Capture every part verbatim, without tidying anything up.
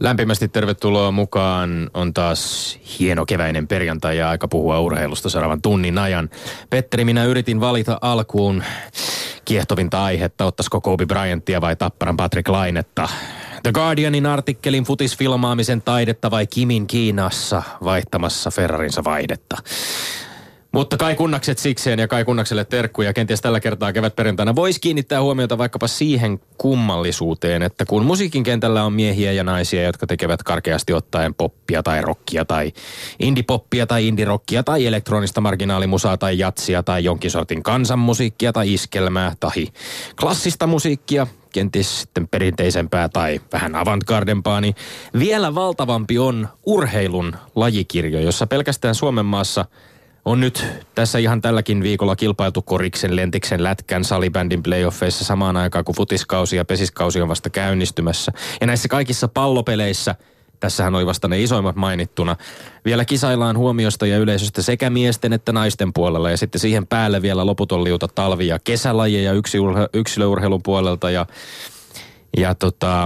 Lämpimästi tervetuloa mukaan. On taas hieno keväinen perjantai ja aika puhua urheilusta seuraavan tunnin ajan. Petteri, minä yritin valita alkuun kiehtovinta aihetta, ottaisiko Kobe Bryantia vai Tapparan Patrick Lainetta. The Guardianin artikkelin futisfilmaamisen taidetta vai Kimin Kiinassa vaihtamassa Ferrarinsa vaihdetta. Mutta kai kunnakset sikseen ja kai kunnakselle terkkuja. Kenties tällä kertaa kevätperjantaina voisi kiinnittää huomiota vaikkapa siihen kummallisuuteen, että kun musiikin kentällä on miehiä ja naisia, jotka tekevät karkeasti ottaen poppia tai rockia tai indie-poppia tai indie-rockia tai elektronista marginaalimusaa tai jatsia tai jonkin sortin kansanmusiikkia tai iskelmää tai klassista musiikkia, kenties sitten perinteisempää tai vähän avantgardempaa, niin vielä valtavampi on urheilun lajikirjo, jossa pelkästään Suomen maassa on nyt tässä ihan tälläkin viikolla kilpailtu koriksen, lentiksen, lätkän, salibändin playoffeissa samaan aikaan, kun futiskausi ja pesiskausi on vasta käynnistymässä. Ja näissä kaikissa pallopeleissä, tässähän oli vasta ne isoimmat mainittuna, vielä kisaillaan huomiosta ja yleisöstä sekä miesten että naisten puolella. Ja sitten siihen päälle vielä loputon liuta talvi- ja kesälajeja yksilöurheilun puolelta. Ja, ja tota...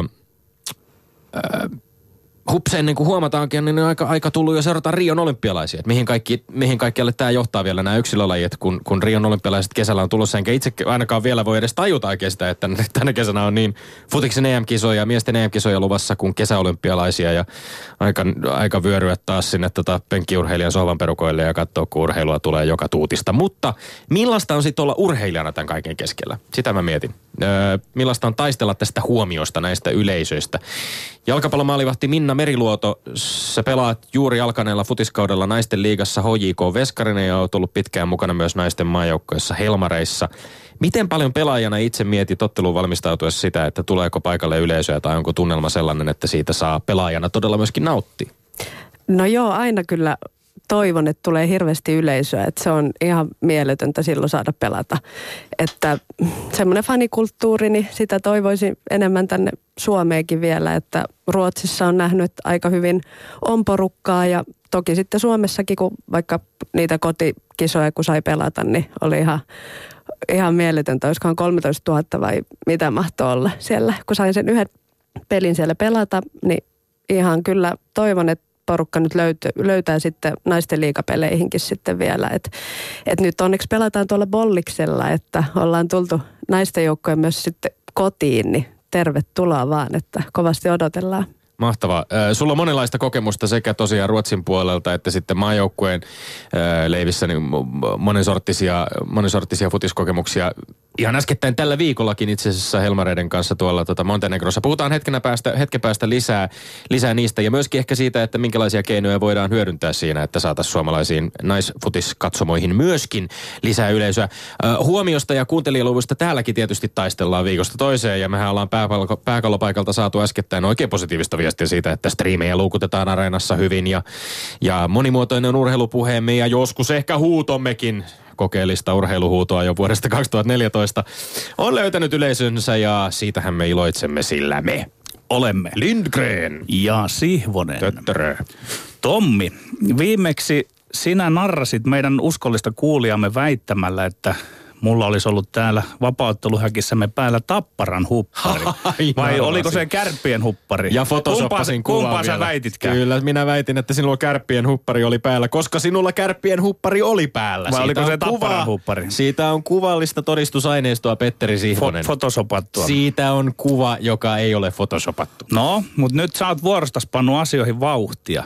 Ää, Hups, ennen kuin huomataankin, niin on aika, aika tullut jo seurata Rion olympialaisia. Mihin, kaikki, mihin kaikkialle tämä johtaa vielä nämä yksilölajit, kun, kun Rion olympialaiset kesällä on tulossa. Enkä itse ainakaan vielä voi edes tajuta oikein sitä, että tänä kesänä on niin futiksen E M-kisoja, miesten E M-kisoja luvassa kuin kesäolympialaisia. Ja aika, aika vyöryä taas sinne tota penkkiurheilijan sohvan perukoille ja katsoa, kun urheilua tulee joka tuutista. Mutta millaista on sitten olla urheilijana tämän kaiken keskellä? Sitä mä mietin. Öö, millaista on taistella tästä huomiosta näistä yleisöistä? Jalkapallomaalivahti Minna Meriluoto, sä pelaat juuri alkaneella futiskaudella naisten liigassa H J K Veskarinen ja oot ollut pitkään mukana myös naisten maajoukkoissa Helmareissa. Miten paljon pelaajana itse mietit otteluun valmistautuessa sitä, että tuleeko paikalle yleisöä tai onko tunnelma sellainen, että siitä saa pelaajana todella myöskin nauttia? No joo, aina kyllä toivon, että tulee hirveästi yleisöä, että se on ihan mieletöntä silloin saada pelata. Että semmoinen fanikulttuuri, niin sitä toivoisin enemmän tänne Suomeenkin vielä, että Ruotsissa on nähnyt, että aika hyvin on porukkaa ja toki sitten Suomessakin, kun vaikka niitä kotikisoja kun sai pelata, niin oli ihan, ihan mieletöntä. Olisikohan kolmetoistatuhatta vai mitä mahtoi olla siellä, kun sain sen yhden pelin siellä pelata, niin ihan kyllä toivon, että porukka nyt löytää, löytää sitten naisten liigapeleihinkin sitten vielä. Että et nyt onneksi pelataan tuolla Bolliksella, että ollaan tultu naisten joukkojen myös sitten kotiin, niin tervetuloa vaan, että kovasti odotellaan. Mahtavaa. Sulla on monenlaista kokemusta sekä tosiaan Ruotsin puolelta että sitten maajoukkueen leivissä niin monensorttisia, monensorttisia futiskokemuksia. Ihan äskettäin tällä viikollakin itse asiassa Helmareiden kanssa tuolla tota Montenegrossa. Puhutaan hetken päästä, hetken päästä lisää, lisää niistä ja myöskin ehkä siitä, että minkälaisia keinoja voidaan hyödyntää siinä, että saataisiin suomalaisiin naisfutiskatsomoihin myöskin lisää yleisöä. Huomiosta ja kuuntelijaluvuista täälläkin tietysti taistellaan viikosta toiseen ja mehän ollaan pääkallo, pääkallopaikalta saatu äskettäin oikein positiivista viestiä siitä, että striimejä luukutetaan areenassa hyvin ja, ja monimuotoinen urheilupuheemme ja joskus ehkä huutommekin. Kokeellista urheiluhuutoa jo vuodesta kaksituhattaneljätoista on löytänyt yleisönsä ja siitähän me iloitsemme, sillä me olemme Lindgren ja Sihvonen. Töttörö. Tommi, viimeksi sinä narrasit meidän uskollista kuulijamme väittämällä, että mulla olisi ollut täällä vapautteluhäkissämme päällä Tapparan huppari. Ai, vai narrasin. Oliko se Kärppien huppari? Ja photosoppasin kuvaa Kumpaa vielä. Sä väititkään? Kyllä, minä väitin, että sinulla Kärppien huppari oli päällä, koska sinulla Kärppien huppari oli päällä. Vai siitä oliko se kuva, Tapparan huppari? Siitä on kuvallista todistusaineistoa, Petteri Sihvonen. Fo- photosopattua. Siitä on kuva, joka ei ole photosopattu. No, mutta nyt sä oot vuorostas pannut asioihin vauhtia.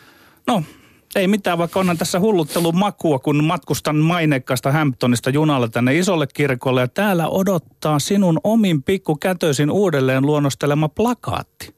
No, ei mitään, vaikka onhan tässä hulluttelun makua, kun matkustan maineikkaasta Hamptonista junalla tänne isolle kirkolle ja täällä odottaa sinun omin pikkukätöisin uudelleen luonnostelema plakaatti.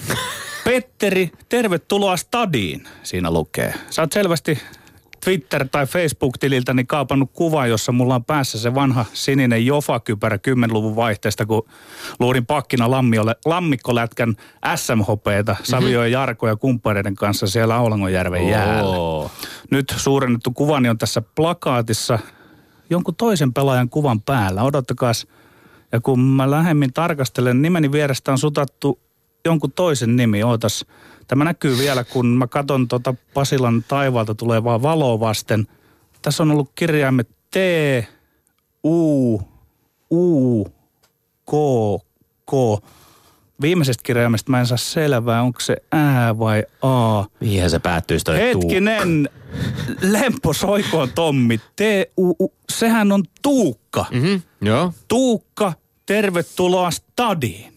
Petteri, tervetuloa stadiin, siinä lukee. Sä oot selvästi Twitter- tai Facebook-tililtäni kaapannut kuva, jossa mulla on päässä se vanha sininen jofakypärä kymmenluvun vaihteesta, kun luodin pakkina lammiolle, lammikkolätkän S M H-peeta Savio ja Jarko ja kumppaneiden kanssa siellä Aulangonjärven jäällä. Oh. Nyt suurennettu kuvani on tässä plakaatissa jonkun toisen pelaajan kuvan päällä. Odottakaas. Ja kun mä lähemmin tarkastelen, nimeni vierestä on sutattu jonkun toisen nimi. Ootas. Tämä näkyy vielä, kun mä katson tuota Pasilan taivaalta tulevaa valoa vasten. Tässä on ollut kirjaimet T, U, U, K, K. viimeisestä kirjaimesta mä en saa selvää, onko se ää vai a. Mihin se päättyisi toi Hetkinen, Lempo soikoon Tommi, T-U-U, sehän on Tuukka. Mm-hmm. Joo. Tuukka, tervetuloa stadiin.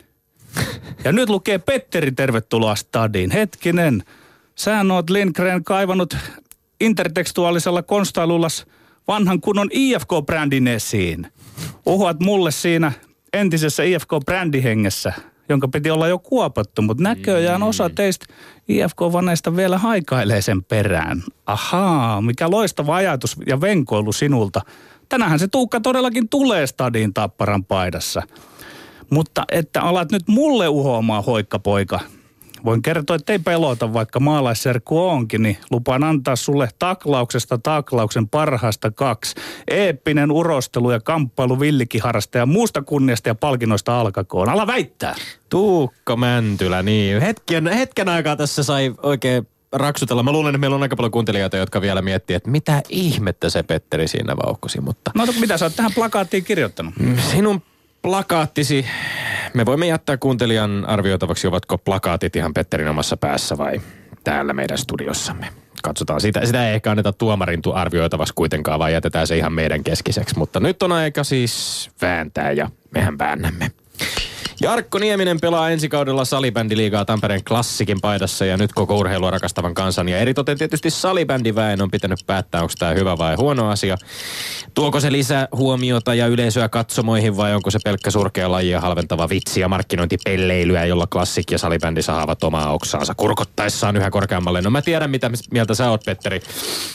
Ja nyt lukee Petteri, tervetuloa stadiin. Hetkinen, sähän oot Lindgren kaivannut intertekstuaalisella konstailullas vanhan kunnon I F K-brändin esiin. Uhuat mulle siinä entisessä I F K-brändihengessä, jonka piti olla jo kuopattu, mutta näköjään osa teistä I F K-vaneista vielä haikailee sen perään. Ahaa, mikä loistava ajatus ja venkoilu sinulta. Tänähän se Tuukka todellakin tulee stadiin Tapparan paidassa. Mutta että alat nyt mulle uhoamaan, hoikkapoika. Voin kertoa, että ei pelota, vaikka maalaisserkku onkin, niin lupaan antaa sulle taklauksesta taklauksen parhaasta kaksi. Eeppinen urostelu ja kamppailu villikiharasta ja muusta kunniasta ja palkinnoista alkakoon. Ala väittää! Tuukka Mäntylä, niin. Hetken, hetken aikaa tässä sai oikein raksutella. Mä luulen, että meillä on aika paljon kuuntelijoita, jotka vielä miettii, että mitä ihmettä se Petteri siinä vauhkosi, mutta... No mitä sä oot tähän plakaattiin kirjoittanut? Sinun plakaattisi... Me voimme jättää kuuntelijan arvioitavaksi, ovatko plakaatit ihan Petterin omassa päässä vai täällä meidän studiossamme. Katsotaan, sitä, sitä ei ehkä anneta tuomarin arvioitavaksi kuitenkaan, vaan jätetään se ihan meidän keskiseksi. Mutta nyt on aika siis vääntää ja mehän väännämme. Jarkko Nieminen pelaa ensi kaudella salibändiliigaa Tampereen Klassikin paidassa ja nyt koko urheilua rakastavan kansan ja eritoten tietysti salibändiväen on pitänyt päättää, onko tämä hyvä vai huono asia. Tuoko se lisää huomiota ja yleisöä katsomoihin vai onko se pelkkä surkea lajia halventava vitsi ja markkinointipelleilyä, jolla klassik ja salibändi saavat omaa oksaansa kurkottaessaan yhä korkeammalle. No mä tiedän, mitä mieltä sä oot, Petteri.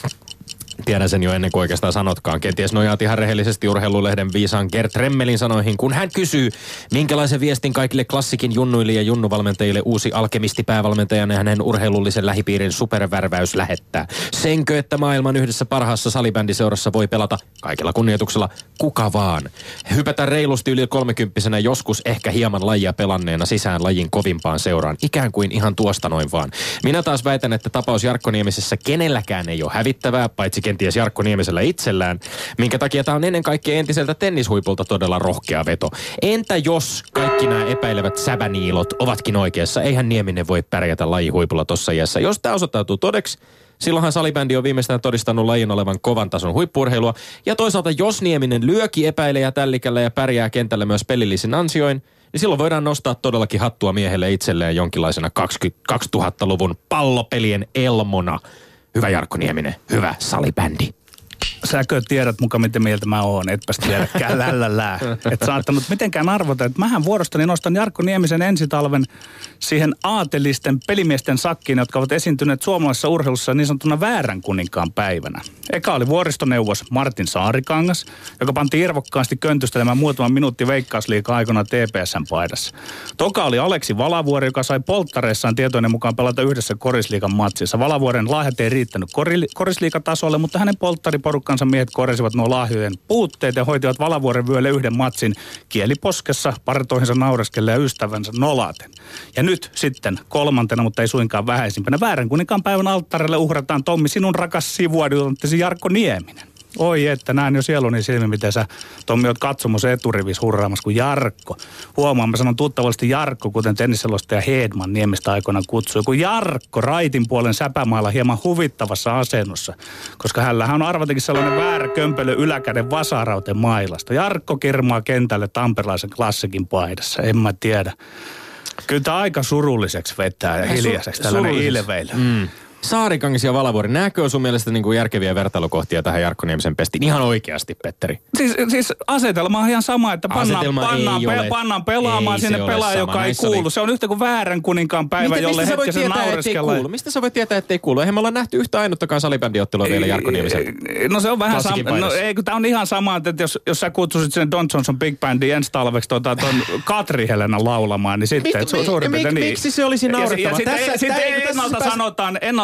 Tiedän sen jo ennen kuin oikeastaan sanotkaan. Kenties nojaat ihan rehellisesti Urheilulehden viisaan Gert Remmelin sanoihin, kun hän kysyy, minkälaisen viestin kaikille klassikin junnuille ja junnuvalmentajille uusi alkemistipäävalmentajan ja hänen urheilullisen lähipiirin supervärväys lähettää. Senkö, että maailman yhdessä parhaassa salibändiseurassa voi pelata kaikella kunnioituksella kuka vaan. Hypätä reilusti yli kolmekymppisenä joskus ehkä hieman lajia pelanneena sisään lajin kovimpaan seuraan. Ikään kuin ihan tuosta noin vaan. Minä taas väitän, että tapaus Jarkko Niemisessä kenelläkään ei ole hävittävää, paitsi kenties Jarkko Niemisellä itsellään, minkä takia tämä on ennen kaikkea entiseltä tennishuipulta todella rohkea veto. Entä jos kaikki nämä epäilevät säbäniilot ovatkin oikeassa, eihän Nieminen voi pärjätä lajihuipulla tossa iässä. Jos tämä osoittautuu todeksi, silloinhan salibändi on viimeistään todistanut lajin olevan kovan tason huippu-urheilua, ja toisaalta jos Nieminen lyöki epäilejä tällikällä ja pärjää kentällä myös pelillisin ansioin, niin silloin voidaan nostaa todellakin hattua miehelle itselleen jonkinlaisena kaksituhattaluvun pallopelien elmona. Hyvä Jarkko Nieminen, hyvä salibändi. Säkö tiedät muka miten mieltä mä oon, etpäs tiedäkään lällällää. Et saattanut mitenkään arvota, että mähän vuorostani nostan Jarkko Niemisen ensi talven siihen aatelisten pelimiesten sakkiin, jotka ovat esiintyneet suomalaisessa urheilussa niin sanottuna väärän kuninkaan päivänä. Eka oli vuoristoneuvos Martin Saarikangas, joka panti irvokkaasti köntystelemään muutaman minuutti Veikkausliigan aikana T P S:n paidassa. Toka oli Aleksi Valavuori, joka sai polttareissaan tietoinen mukaan pelata yhdessä korisliigan matsissa. Valavuoren lahjat ei riittänyt kori, korisliigatasolle, mutta hänen polttariporukkansa miehet korjasivat nuo lahjojen puutteet ja hoitivat Valavuoren vyölle yhden matsin kieliposkessa, partoihinsa naureskelle ja ystävänsä nolaten. Ja nyt sitten kolmantena, mutta ei suinkaan vähäisimpänä, väärän kuninkaan päivän alttarille uhrataan Tommi sinun rakas sivuadjutanttisi Jarkko Nieminen. Oi että näen jo sieluni silmin, miten sä Tommi oot katsomossa eturivissä hurraamassa kuin Jarkko. Huomaan, mä sanon tuttavallisesti Jarkko, kuten tennisselostaja Hedman Niemistä aikoinaan kutsui. Kun Jarkko raitin puolen säpämaalla hieman huvittavassa asennossa, koska hänellähän on arvatenkin sellainen väärä kömpelö yläkäden vasarauten mailasta. Jarkko kirmaa kentälle tamperilaisen klassikin paidassa, en mä tiedä. Kyllä tämä aika surulliseksi vetää ja hiljaiseksi tällainen ilveily. Mm. Saarikangas ja Valavuori, näkö on sun mielestä niin kuin järkeviä vertailukohtia tähän Jarkko Niemisen pestiin? Ihan oikeasti, Petteri. Siis, siis asetelma on ihan sama, että pannaan, pannaan, pe- pannaan pelaamaan ei sinne pelaaja, joka ei kuulu. Oli... Se on yhtä kuin väärän kuninkaan päivä, mistä, jolle hetkisen naureskellaan. Mistä sä voit tietää, ettei kuulu? Eihän me olla nähty yhtä ainuttakaan salibändiottelua vielä Jarkko Niemisen. No se on vähän sama. No ei, kun tää on ihan sama, että jos, jos sä kutsusit sen Don Johnson Big Bandin ensi talveksi tuota, ton Katri Helena laulamaan, niin sitten... Miksi se olisi naurettava? Sitten ennalta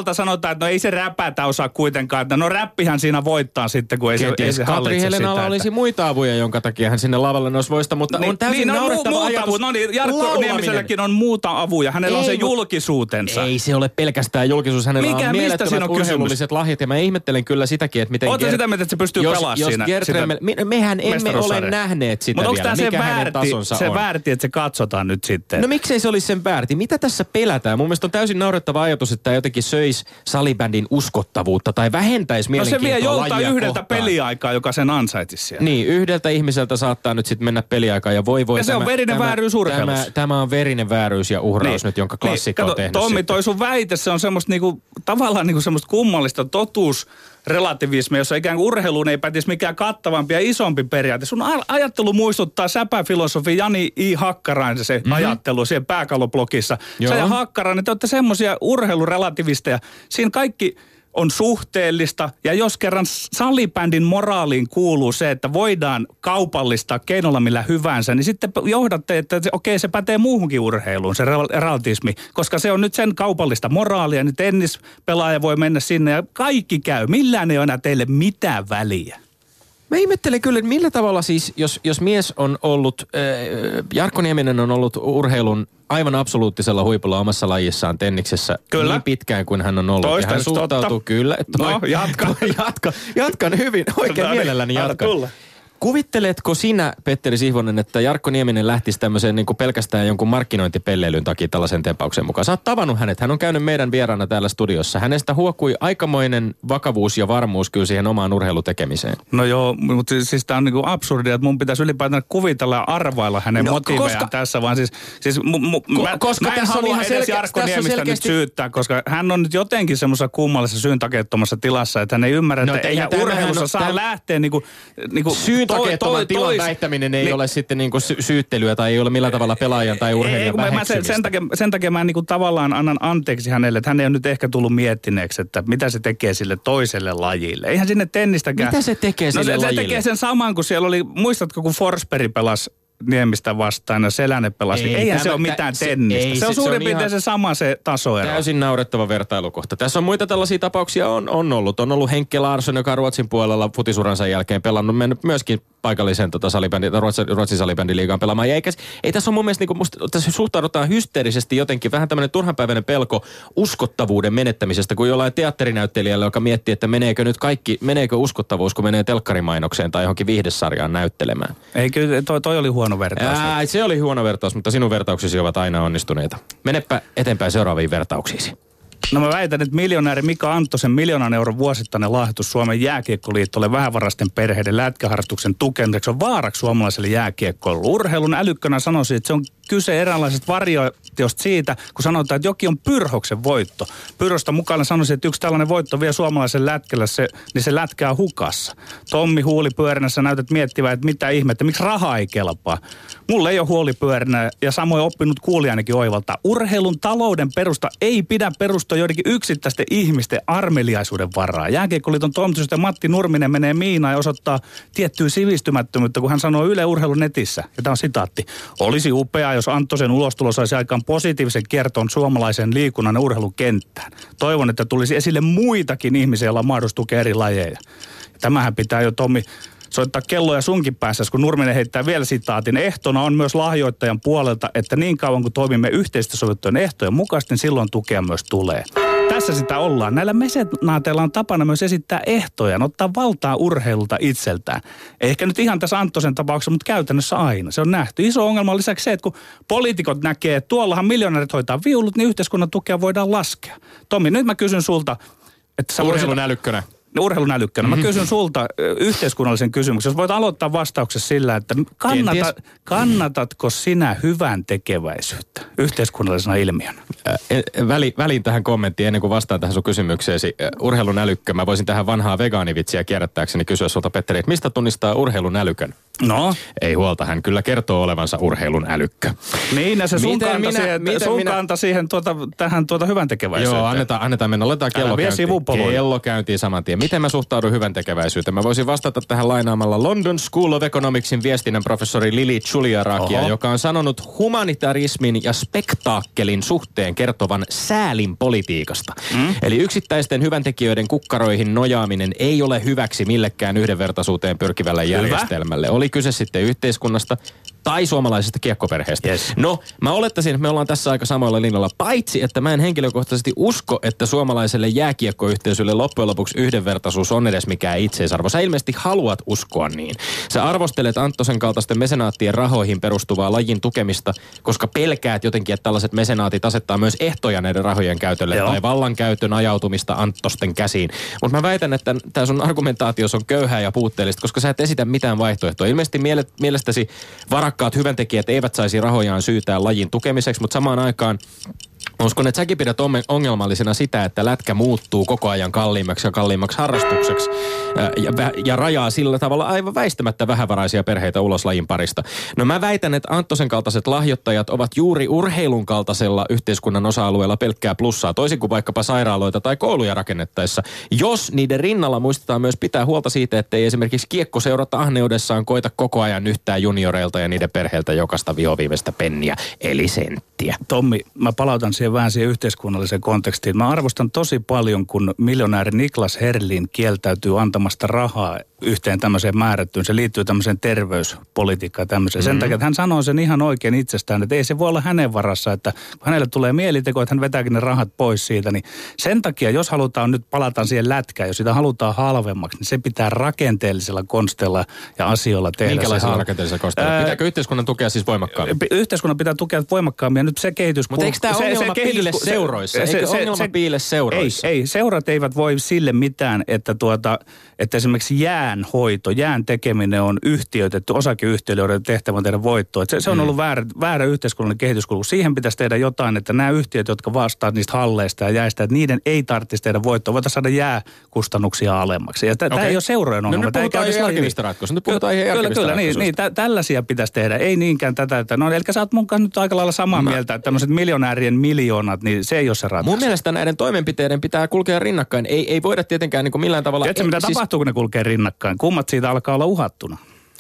toisaalta sanotaan, että no ei se räpätä osaa kuitenkaan. Että no räppihän siinä voittaa sitten, kun ei se, ei se Katri Helenalla sitä, olisi muita avuja, jonka takia hän sinne lavalle nousi voista, mutta niin, on täysin niin, naurettava mu- ajatus. No niin, Jarkko Niemiselläkin on muuta avuja. Hänellä ei, on se julkisuutensa. Ei se ole pelkästään julkisuus. Hänellä Mikä, on mielettömät urheilulliset lahjat. Ja mä ihmettelen kyllä sitäkin, että miten... Oletko sitä mieltä, että se pystyy pelaamaan siinä? Gertremme, me, mehän emme ole nähneet sitä Mut vielä, mikä se hänen väärti, tasonsa se on. Se väärti, että se katsotaan nyt sitten. No miksei se olisi sen väärti? Mitä tässä pelätään? Mun mielestä on täysin naurettava ajatus, että tämä jotenkin söisi salibändin uskottavuutta tai vähentäisi mielenkiintoa lajia kohtaan. No se vie joltain yhdeltä peliaikaa, joka sen ansaitisi siellä. Niin, yhdeltä ihmiseltä saattaa nyt sitten mennä peliaikaa ja voi voi. Ja se tämä, on verinen tämä, vääryys urheilussa. Tämä, tämä on verinen vääryys ja uhraus niin, nyt, jonka klassikko niin, on tehnyt. Tommi, sitten. toi sun väite, se on semmoista niinku, tavallaan niinku semmoista kummallista totuusrelativismia, jossa ikään kuin urheiluun ei pätisi mikään kattavampi ja isompi periaate. Sun ajattelu muistuttaa säpäfilosofi Jani I. Hakkarainen se mm-hmm. ajattelu siellä pääkalloblogissa. Sä ja Hakkarainen, te olette semmoisia urheilurelativisteja. Siinä kaikki on suhteellista, ja jos kerran salibändin moraaliin kuuluu se, että voidaan kaupallistaa keinolla millä hyvänsä, niin sitten johdatte, että se, okei, se pätee muuhunkin urheiluun, se relatismi, koska se on nyt sen kaupallista moraalia, niin tennispelaaja voi mennä sinne ja kaikki käy. Millään ei ole enää teille mitään väliä. Mä ihmettelen kyllä, että millä tavalla siis, jos, jos mies on ollut, äh, Jarkko Nieminen on ollut urheilun aivan absoluuttisella huipulla omassa lajissaan tenniksessä kyllä. Niin pitkään kuin hän on ollut. Toista ja hän suhtautuu totta. Kyllä. Toi, no, jatka. jatka. Jatkan hyvin, oikein no, mielelläni jatkan. Kuvitteletko sinä, Petteri Sihvonen, että Jarkko Nieminen lähtisi tämmöiseen niin kuin pelkästään jonkun markkinointipelleilyn takia tällaisen tempauksen mukaan? Sä oot tavannut hänet, hän on käynyt meidän vieraana täällä studiossa. Hänestä huokui aikamoinen vakavuus ja varmuus kyllä siihen omaan urheilutekemiseen. No joo, mutta siis tää on niin kuin absurdia, että mun pitäisi ylipäätään kuvitella ja arvailla hänen no, motiivejaan koska, tässä, vaan siis, siis mu, mu, ko, mä, koska mä en tässä halua on edes selkeä, Jarkko Niemistä selkeästi nyt syyttää, koska hän on nyt jotenkin semmoisessa kummallisessa syyntakeettomassa tilassa, että hän ei ymmärrä, no, että eihän urheilussa saa tämän, lähteä niinku... niinku Takeettoman tilan tois, väittäminen ei niin, ole sitten niinku sy- syyttelyä tai ei ole millään tavalla pelaajan tai urheilijan väheksymistä. Sen takia, sen takia mä niinku tavallaan annan anteeksi hänelle, että hän ei ole nyt ehkä tullut miettineeksi, että mitä se tekee sille toiselle lajille. Eihän sinne tennistäkään... Mitä se tekee sille no, se, lajille? Se tekee sen saman, kun siellä oli, muistatko kun Forsberg pelasi Niemistä vastaan ja Selänne pelasi. Ei, Eihän tämä, se ole mitään se, tennistä. Ei, se on suurin piirtein se sama se tasoero. Täysin naurettava vertailukohta. Tässä on muita tällaisia tapauksia on, on ollut. On ollut Henkke Larsson, joka Ruotsin puolella futisuransa jälkeen pelannut, mennyt myöskin paikallisen tota, salibändi, Ruotsin, Ruotsin salibändiliigaan pelaamaan. Ja eikä, ei tässä ole mun mielestä, niin kuin musta, tässä suhtaudutaan hysteerisesti jotenkin, vähän tämmöinen turhanpäiväinen pelko uskottavuuden menettämisestä, kuin jollain teatterinäyttelijällä, joka miettii, että meneekö nyt kaikki, meneekö uskottavuus, kun menee telkkarimainokseen tai johonkin viihdesarjaan näyttelemään. Ei kyllä, toi, toi oli huono vertaus. Ää, se oli huono vertaus, mutta sinun vertauksesi ovat aina onnistuneita. Menepä eteenpäin seuraaviin vertauksiisi. No mä väitän, että miljonääri Mika Anttosen miljoonan euron vuosittainen lahjoitus Suomen jääkiekkoliitolle vähävaraisten perheiden lätkäharrastuksen tukemiseksi on vaaraksi suomalaiselle jääkiekkoilulle. Urheilun älykkönä sanoisin, että se on kyse eräänlaisesta variaatiosta siitä, kun sanotaan, että jokin on Pyrhoksen voitto. Pyrhosta mukaan sanoisin, että yksi tällainen voitto vie suomalaisen lätkällä, se, niin se lätkää hukassa. Tommi huulipyörinä, sä näytät miettivää, että mitä ihmettä, miksi raha ei kelpaa. Mulle ei ole huolipyörinä ja samoin oppinut kuulijanikin oivaltaa. Urheilun talouden perusta ei pidä perustua joidenkin yksittäisten ihmisten armeliaisuuden varaa. Jääkiekkoliiton toimitusjohtaja Matti Nurminen menee miinaan ja osoittaa tiettyä sivistymättömyyttä, kun hän sanoo Yle Urheilun netissä. Ja tämä on sitaatti. Olisi upea, jos Anttosen ulostulo saisi aikaan positiivisen kierton suomalaisen liikunnan ja urheilukenttään. Toivon, että tulisi esille muitakin ihmisiä, joilla on mahdollisuus tukea eri lajeja. Ja tämähän pitää jo Tommi soittaa kelloja sunkin päässä, kun Nurminen heittää vielä sitaatin. Ehtona on myös lahjoittajan puolelta, että niin kauan kuin toimimme yhteisesti sovittujen ehtojen mukaisesti, niin silloin tukea myös tulee. Tässä sitä ollaan. Näillä mesenaateilla on tapana myös esittää ehtoja, ottaa valtaa urheilulta itseltään. Ehkä nyt ihan tässä Anttosen tapauksessa, mutta käytännössä aina. Se on nähty. Iso ongelma on lisäksi se, että kun poliitikot näkee, että tuollahan miljonäärit hoitaa viulut, niin yhteiskunnan tukea voidaan laskea. Tommi, nyt mä kysyn sulta, että sä urheilun älykkönä. Urheilun älykkönä. Mä kysyn sulta yhteiskunnallisen kysymyksen. Jos voit aloittaa vastauksessa sillä, että kannata, kannatatko sinä hyvän tekeväisyyttä yhteiskunnallisena ilmiönä? Väli, väliin tähän kommenttiin ennen kuin vastaan tähän sun kysymykseesi. Urheilun älykkö. Mä voisin tähän vanhaa vegaanivitsiä kierrättääkseni kysyä sulta, Petteri, että mistä tunnistaa urheilun älykön? No? Ei huolta, hän kyllä kertoo olevansa urheilun älykkö. Niin, ja se sun miten kanta minä, siihen, sun minä... kanta siihen tuota, tähän tuota hyvän tekeväisyyteen. Joo, annetaan, annetaan mennä. Oletaan kello käyntiin. kello käyntiin saman tien. Miten mä suhtaudun hyvän tekeväisyyteen? Mä voisin vastata tähän lainaamalla London School of Economicsin viestinnän professori Lili Chuliarakia, Oho. joka on sanonut humanitarismin ja spektaakkelin suhteen kertovan säälin politiikasta. Mm. Eli yksittäisten hyväntekijöiden kukkaroihin nojaaminen ei ole hyväksi millekään yhdenvertaisuuteen pyrkivälle järjestelmälle. Hyvä. Oli kyse sitten yhteiskunnasta tai suomalaisesta kiekkoperheestä. Yes. No, mä olettaisin, että me ollaan tässä aika samoilla linjalla, paitsi että mä en henkilökohtaisesti usko, että suomalaiselle jääkiekkoyhteisölle loppujen lopuksi yhdenvertaisuus on edes mikään itseisarvo. Sä ilmeisesti haluat uskoa niin. Sä arvostelet Anttosen kaltaisten mesenaattien rahoihin perustuvaa lajin tukemista, koska pelkäät jotenkin, että tällaiset mesenaatit asettaa myös ehtoja näiden rahojen käytölle Joo. tai vallankäytön ajautumista Anttosten käsiin. Mutta mä väitän, että tää sun argumentaatio on köyhää ja puutteellista, koska sä et esitä mitään vaihtoehtoa. Ilmeisesti miele- mielestäsi varakkaat hyväntekijät eivät saisi rahojaan syytää lajin tukemiseksi, mutta samaan aikaan uskon, että säkin pidät ongelmallisena sitä, että lätkä muuttuu koko ajan kalliimmaksi ja kalliimmaksi harrastukseksi ja, ja rajaa sillä tavalla aivan väistämättä vähävaraisia perheitä ulos lajin parista. No mä väitän, että Anttosen kaltaiset lahjoittajat ovat juuri urheilun kaltaisella yhteiskunnan osa-alueella pelkkää plussaa, toisin kuin vaikkapa sairaaloita tai kouluja rakennettaessa. Jos niiden rinnalla muistetaan myös pitää huolta siitä, että ei esimerkiksi kiekkoseurat ahneudessaan koita koko ajan yhtään junioreilta ja niiden perheiltä jokaista vihoviimeistä penniä, eli senttiä. Tommi, mä palautan siihen vähän siihen yhteiskunnalliseen kontekstiin. Mä arvostan tosi paljon, kun miljonääri Niklas Herlin kieltäytyy antamasta rahaa yhteen tämmöiseen määrättyyn. Se liittyy tämmöiseen terveyspolitiikkaan tämmöiseen. Mm-hmm. Sen takia, että hän sanoo sen ihan oikein itsestään, että ei se voi olla hänen varassa, että kun hänelle tulee mieliteko, että hän vetääkin ne rahat pois siitä, niin sen takia, jos halutaan nyt palata siihen lätkään, jos sitä halutaan halvemmaksi, niin se pitää rakenteellisella konsteilla ja asioilla tehdä. Minkälaisella rakenteellisella konsteilla? Pitääkö yhteiskunnan tukea siis voimakkaammin? Yhteiskunnan pitää tukea voimakkaammin ja nyt se kehitys... Mutta eikö tämä ongelma piile seuroissa? Eikö se, ongelma se, piile seuroissa? Ei, ei, seurat eivät voi sille mitään, että, tuota, että esimerkiksi jäänhoito, jään tekeminen on yhtiöitetty, osakeyhtiöiden tehtävä on tehdä voittoa. Se, se on ollut väärä, väärä yhteiskunnallinen kehityskulku. Siihen pitäisi tehdä jotain, että nämä yhtiöt, jotka vastaavat niistä halleista ja jäistä, että niiden ei tarvitsisi tehdä voittoa. Voitaisiin saada jääkustannuksia alemmaksi. Ja tämä okay. ei ole seurojen ongelma. No nyt puhutaan ihan järkevistä ratkaisuista. Nyt puhutaan ihan järkevistä Kyllä, kyllä, niin, niin tä, tällaisia pitäisi tehdä. Ei niinkään tätä, että no eli sä oot mun kanssa nyt aika lailla samaa Mä... mieltä, että tämmöiset miljonäärien miljoonat, niin se ei ole se ratkaisu. Mun mielestä näiden toimenpiteiden pitää kulkea rinnakkain. Ei, ei voida tietenkään niin kuin millään tavalla... Tiedätkö, mitä siis... tapahtuu, kun ne kulkee rinnakkain? Kummat siitä alkaa olla uhattuna?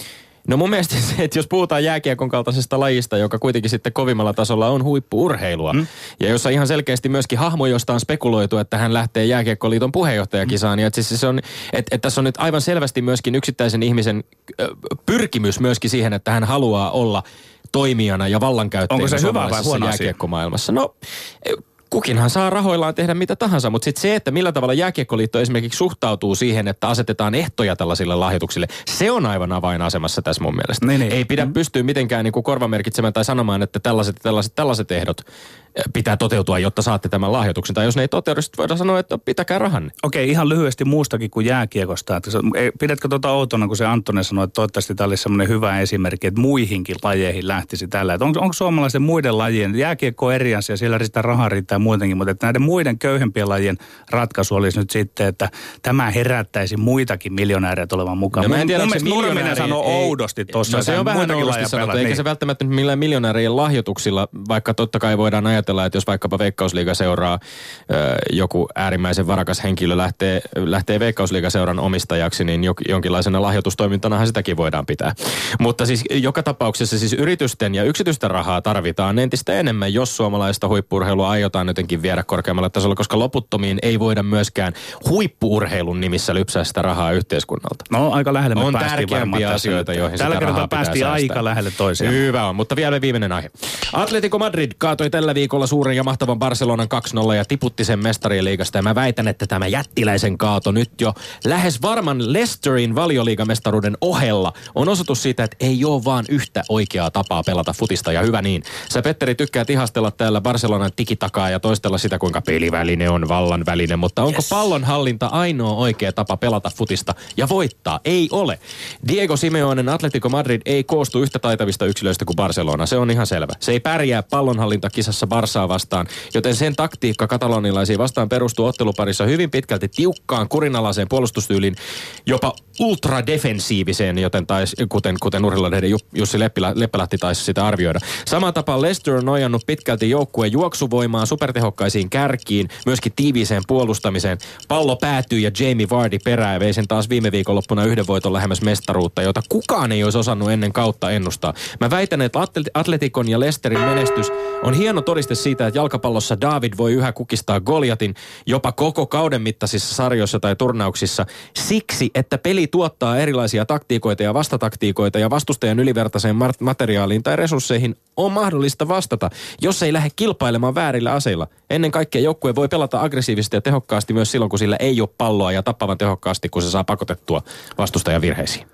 No mun mielestä se, että jos puhutaan jääkiekon kaltaisesta lajista, joka kuitenkin sitten kovimmalla tasolla on huippu-urheilua, mm. ja jossa ihan selkeästi myöskin hahmo, josta on spekuloitu, että hän lähtee Jääkiekkoliiton puheenjohtajakisaan, mm. ja siis se on, että, että tässä on nyt aivan selvästi myöskin yksittäisen ihmisen pyrkimys myöskin siihen, että hän haluaa olla toimijana ja vallankäyttäjänä suomalaisessa jääkiekkomaailmassa. No... Kukinhan saa rahoillaan tehdä mitä tahansa, mutta sitten se, että millä tavalla Jääkiekkoliitto esimerkiksi suhtautuu siihen, että asetetaan ehtoja tällaisille lahjoituksille, se on aivan avainasemassa tässä mun mielestä. Niin, niin. Ei pidä mm. pystyä mitenkään niin kuin korvamerkitsemään tai sanomaan, että tällaiset, tällaiset, tällaiset ehdot pitää toteutua, jotta saatte tämän lahjoituksen. Tai jos ne ei toteudu, sitten voidaan sanoa, että pitäkää rahanne. Okei, ihan lyhyesti muustakin kuin jääkiekosta. Pidätkö tuota outona, kun se Anttonen sanoi, että toivottavasti tämä olisi semmoinen hyvä esimerkki, että muihinkin lajeihin lähtisi tällä. Onko, onko suomalaisen muiden lajien, jääkiekko eri asia, siellä sitä rahaa riittää muutenkin, mutta että näiden muiden köyhempien lajien ratkaisu olisi nyt sitten, että tämä herättäisi muitakin miljonäärejä tulemaan mukaan. No, mä en tiedä, mun mielestä Nurminen sanoi oudosti tuossa. No se on vähän oudosti sanottu, eikä niin. se välttämättä millään miljonäärien lahjoituksilla, vaikka totta kai voidaan ajatella, että jos vaikkapa Veikkausliiga seuraa ö, joku äärimmäisen varakas henkilö lähtee, lähtee Veikkausliigaseuran omistajaksi, niin jo, jonkinlaisena lahjoitustoimintanahan sitäkin voidaan pitää. Mutta siis joka tapauksessa siis yritysten ja yksityisten rahaa tarvitaan entistä enemmän, jos suomalaista huippu-urheilua aiotaan jotenkin viedä korkeammalle tasolle, koska loputtomiin ei voida myöskään huippu-urheilun nimissä lypsää sitä rahaa yhteiskunnalta. No aika lähelle me on päästiin tärkeämpiä asioita, joihin tällä sitä rahaa päästiin pitää aika säästää. lähelle toisiaan. Hyvä on, mutta vielä viimeinen aihe. Atletico Madrid kaatoi tällä viikolla suuren ja mahtavan Barcelonan kaksi nolla ja tiputti sen mestarien liigasta. Ja mä väitän, että tämä jättiläisen kaato nyt jo lähes varman Leicesterin valioliigamestaruuden ohella on osoitus siitä, että ei ole vaan yhtä oikeaa tapaa pelata futista ja hyvä niin. Sä Petteri tykkäät ihastella täällä Barcelonan tikitakaa ja toistella sitä, kuinka peliväline on vallan väline, mutta onko yes. pallonhallinta ainoa oikea tapa pelata futista ja voittaa? Ei ole. Diego Simeonen Atletico Madrid ei koostu yhtä taitavista yksilöistä kuin Barcelona. Se on ihan selvä. Se ei pärjää pallonhallintakisassa Barcelona Barsaa vastaan, joten sen taktiikka katalonilaisia vastaan perustuu otteluparissa hyvin pitkälti tiukkaan kurinalaiseen puolustustyyliin, jopa ultradefensiiviseen, joten tais, kuten, kuten urheilulehden Jussi Leppilä, Leppälahti taisi sitä arvioida. Sama tapa Leicester on nojannut pitkälti joukkueen juoksuvoimaan, supertehokkaisiin kärkiin, myöskin tiiviiseen puolustamiseen. Pallo päätyi ja Jamie Vardy perää ja vei sen taas viime viikonloppuna yhden voiton lähemmäs mestaruutta, jota kukaan ei olisi osannut ennen kautta ennustaa. Mä väitän, että Atleticon ja Leicesterin menestys on hieno todiste siitä, että jalkapallossa David voi yhä kukistaa Goliatin jopa koko kauden mittaisissa sarjoissa tai turnauksissa siksi, että peli tuottaa erilaisia taktiikoita ja vastataktiikoita ja vastustajan ylivertaiseen materiaaliin tai resursseihin on mahdollista vastata, jos ei lähde kilpailemaan väärillä aseilla. Ennen kaikkea joukkue voi pelata aggressiivisesti ja tehokkaasti myös silloin, kun sillä ei ole palloa ja tappavan tehokkaasti, kun se saa pakotettua vastustajan virheisiin.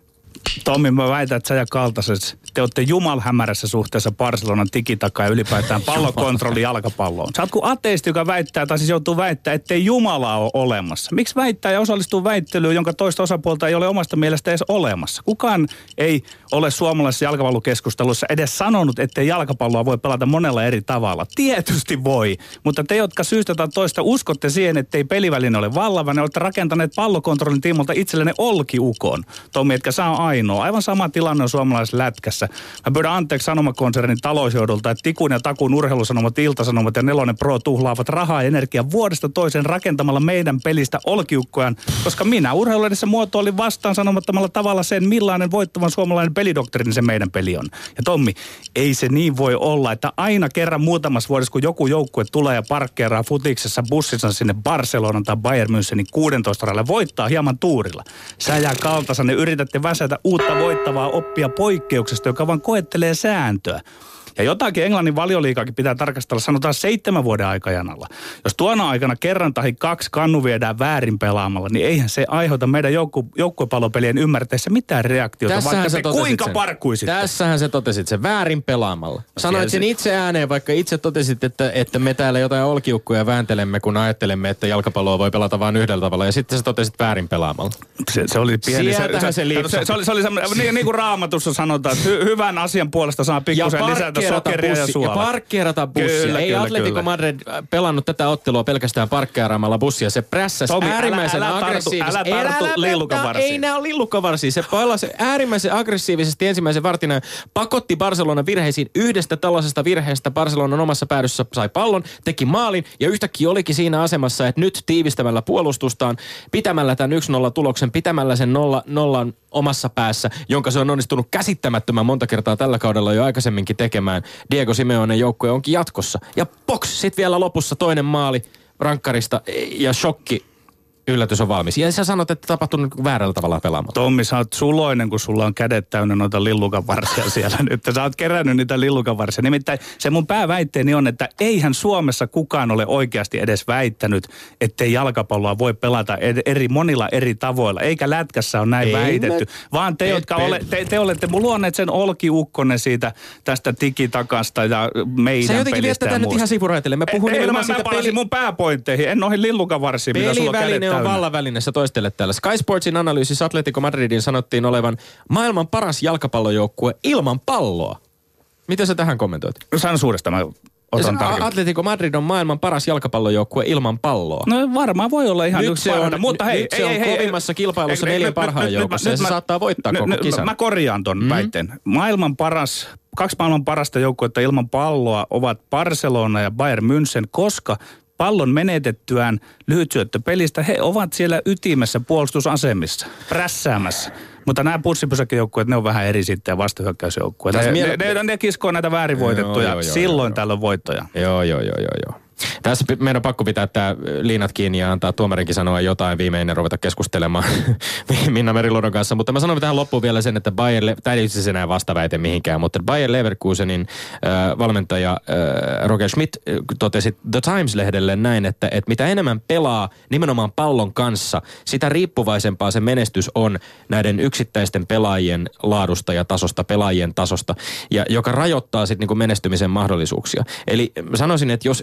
Tommi, mä väitän, että sä ja Kaltases, te olette jumalhämärässä suhteessa Barcelonan tikitakaan ja ylipäätään pallokontrolli jalkapalloon. Sä oot kuin ateisti, joka väittää, tai siis joutuu väittää, ettei Jumalaa ole olemassa. Miksi väittää ja osallistuu väittelyyn, jonka toista osapuolta ei ole omasta mielestä edes olemassa? Kukaan ei ole suomalaisessa jalkapallokeskustelussa edes sanonut, ettei jalkapalloa voi pelata monella eri tavalla. Tietysti voi, mutta te, jotka syystä tai toista uskotte siihen, ettei peliväline ole vallava, ne olette rakentaneet pallokontrollin tiimolta itsellenne olkiukon. Tommi, etkä saa ainoa. Aivan sama tilanne on suomalaisessa lätkässä. Mä pyydän anteeksi Sanomakonsernin talousjohdolta, että Tikun ja Takun urheilusanomat, Iltasanomat ja Nelonen Pro tuhlaavat rahaa ja energiaa vuodesta toiseen rakentamalla meidän pelistä olkiukkojaan, koska minä urheiluedessä muotoilin vastaan sanomattomalla tavalla sen, millainen voittavan suomalainen pelidoktriini se meidän peli on. Ja Tommi, ei se niin voi olla, että aina kerran muutamassa vuodessa, kun joku joukkue tulee ja parkkeeraa futiksessa bussissa sinne Barcelonan tai Bayern Münchenin kuusitoista ralle, voittaa hieman tuurilla. Sä ja Kaltasanne yritätte väsätä uutta voittavaa oppia poikkeuksesta, joka vaan koettelee sääntöä. Ja jotakin Englannin valioliigaakin pitää tarkastella, sanotaan seitsemän vuoden aikajanalla. Jos tuona aikana kerran tai kaksi kannu viedään väärin pelaamalla, niin eihän se aiheuta meidän joukku, joukkuepallopelien ymmärteessä mitään reaktiota, Tässähän vaikka te kuinka sen. parkuisitte. Tässähän se totesit sen väärin pelaamalla. Sanoit sen itse ääneen, vaikka itse totesit, että, että me täällä jotain olkiukkuja vääntelemme, kun ajattelemme, että jalkapalloa voi pelata vain yhdellä tavalla. Ja sitten sä totesit väärin pelaamalla. Se, se oli pieni. Sieltähän se, se, se, se, se oli, se oli niin, niin kuin Raamatussa sanotaan, että hy, hyvän asian puolesta saa pikkusen lisätä sokeria ja suolaa. Ja parkkeerata bussia. Kyllä, Ei kyllä, Atletico kyllä. Madrid pelannut tätä ottelua pelkästään parkkeeraamalla bussia. Se prässäsi äärimmäisen älä, älä aggressiivisesti. Tartu, älä tartu lillukavarsiin. Ei nää ole lillukavarsiin. Se pelasi äärimmäisen aggressiivisesti ensimmäisen vartin ja pakotti Barcelonan virheisiin. Yhdestä tällaisesta virheestä Barcelonan omassa päädyssä sai pallon, teki maalin ja yhtäkkiä olikin siinä asemassa, että nyt tiivistämällä puolustustaan, pitämällä tämän yksi nolla tuloksen, pitämällä sen nolla, nollan omassa päässä, jonka se on onnistunut käsittämättömän monta kertaa tällä kaudella jo aikaisemminkin tekemään. Diego Simeonen joukkue onkin jatkossa. Ja box, sit vielä lopussa toinen maali rankkarista ja shokki. Yllätys on valmis. Ja sä sanot, että tapahtuu väärällä tavalla pelaamalla. Tommi, sä oot suloinen, kun sulla on kädet täynnä noita lillukanvarsia siellä nyt. Sä oot kerännyt niitä lillukanvarsia. Nimittäin se mun pääväitteeni on, että eihän Suomessa kukaan ole oikeasti edes väittänyt, ettei jalkapalloa voi pelata eri, monilla eri tavoilla. Eikä lätkässä on näin Ei väitetty. Me... Vaan te, jotka pe... ole, te, te olette luoneet sen olkiukkonne siitä tästä tikitakasta ja meidän pelistä. Sä jotenkin viet tätä nyt ihan sivuraitelle. Mä puhun nimenomaan siitä peli... Mä mun pääpointteihin. En noihin lillukanvarsiin, mitä sulla on kädet on vallavälinessä toistelle täällä. Sky Sportsin analyysissä Atletico Madridin sanottiin olevan maailman paras jalkapallojoukkue ilman palloa. Miten sä tähän kommentoit? Sano suuresta, mä otan tarkemmin. Atletico Madrid on maailman paras jalkapallojoukkue ilman palloa. No varmaan voi olla ihan nyt yksi se parhaita, on, mutta hei, nyt hei, se on hei, kovimmassa kilpailussa hei, neljän parhaan joukossa ja se saattaa voittaa koko kisan. Mä korjaan ton mm-hmm. väitteen. Maailman paras, kaksi maailman parasta joukkuetta ilman palloa ovat Barcelona ja Bayern München, koska pallon menetettyään lyhytsyöttöpelistä he ovat siellä ytimessä puolustusasemissa, prässäämässä. Mutta nämä pussipysäkkijoukkueet, ne on vähän eri sitten ja vastahyökkäysjoukkueet. Ne, ne, ne, ne kiskoo näitä väärin voitettuja, joo, joo, joo, silloin joo, täällä on voittoja. Joo, joo, joo, joo, joo. Tässä meidän on pakko pitää tämä liinat kiinni ja antaa tuomarinkin sanoa jotain viimeinen ruveta keskustelemaan Minna Meriluodon kanssa. Mutta mä sanon tähän loppuun vielä sen, että Bayer, tämä ei itse enää vastaväite mihinkään, mutta Bayer Leverkusenin äh, valmentaja äh, Roger Schmidt totesi The Times-lehdelle näin, että, että mitä enemmän pelaa nimenomaan pallon kanssa, sitä riippuvaisempaa se menestys on näiden yksittäisten pelaajien laadusta ja tasosta, pelaajien tasosta, ja joka rajoittaa sitten niinku menestymisen mahdollisuuksia. Eli mä sanoisin, että jos, jos pelaa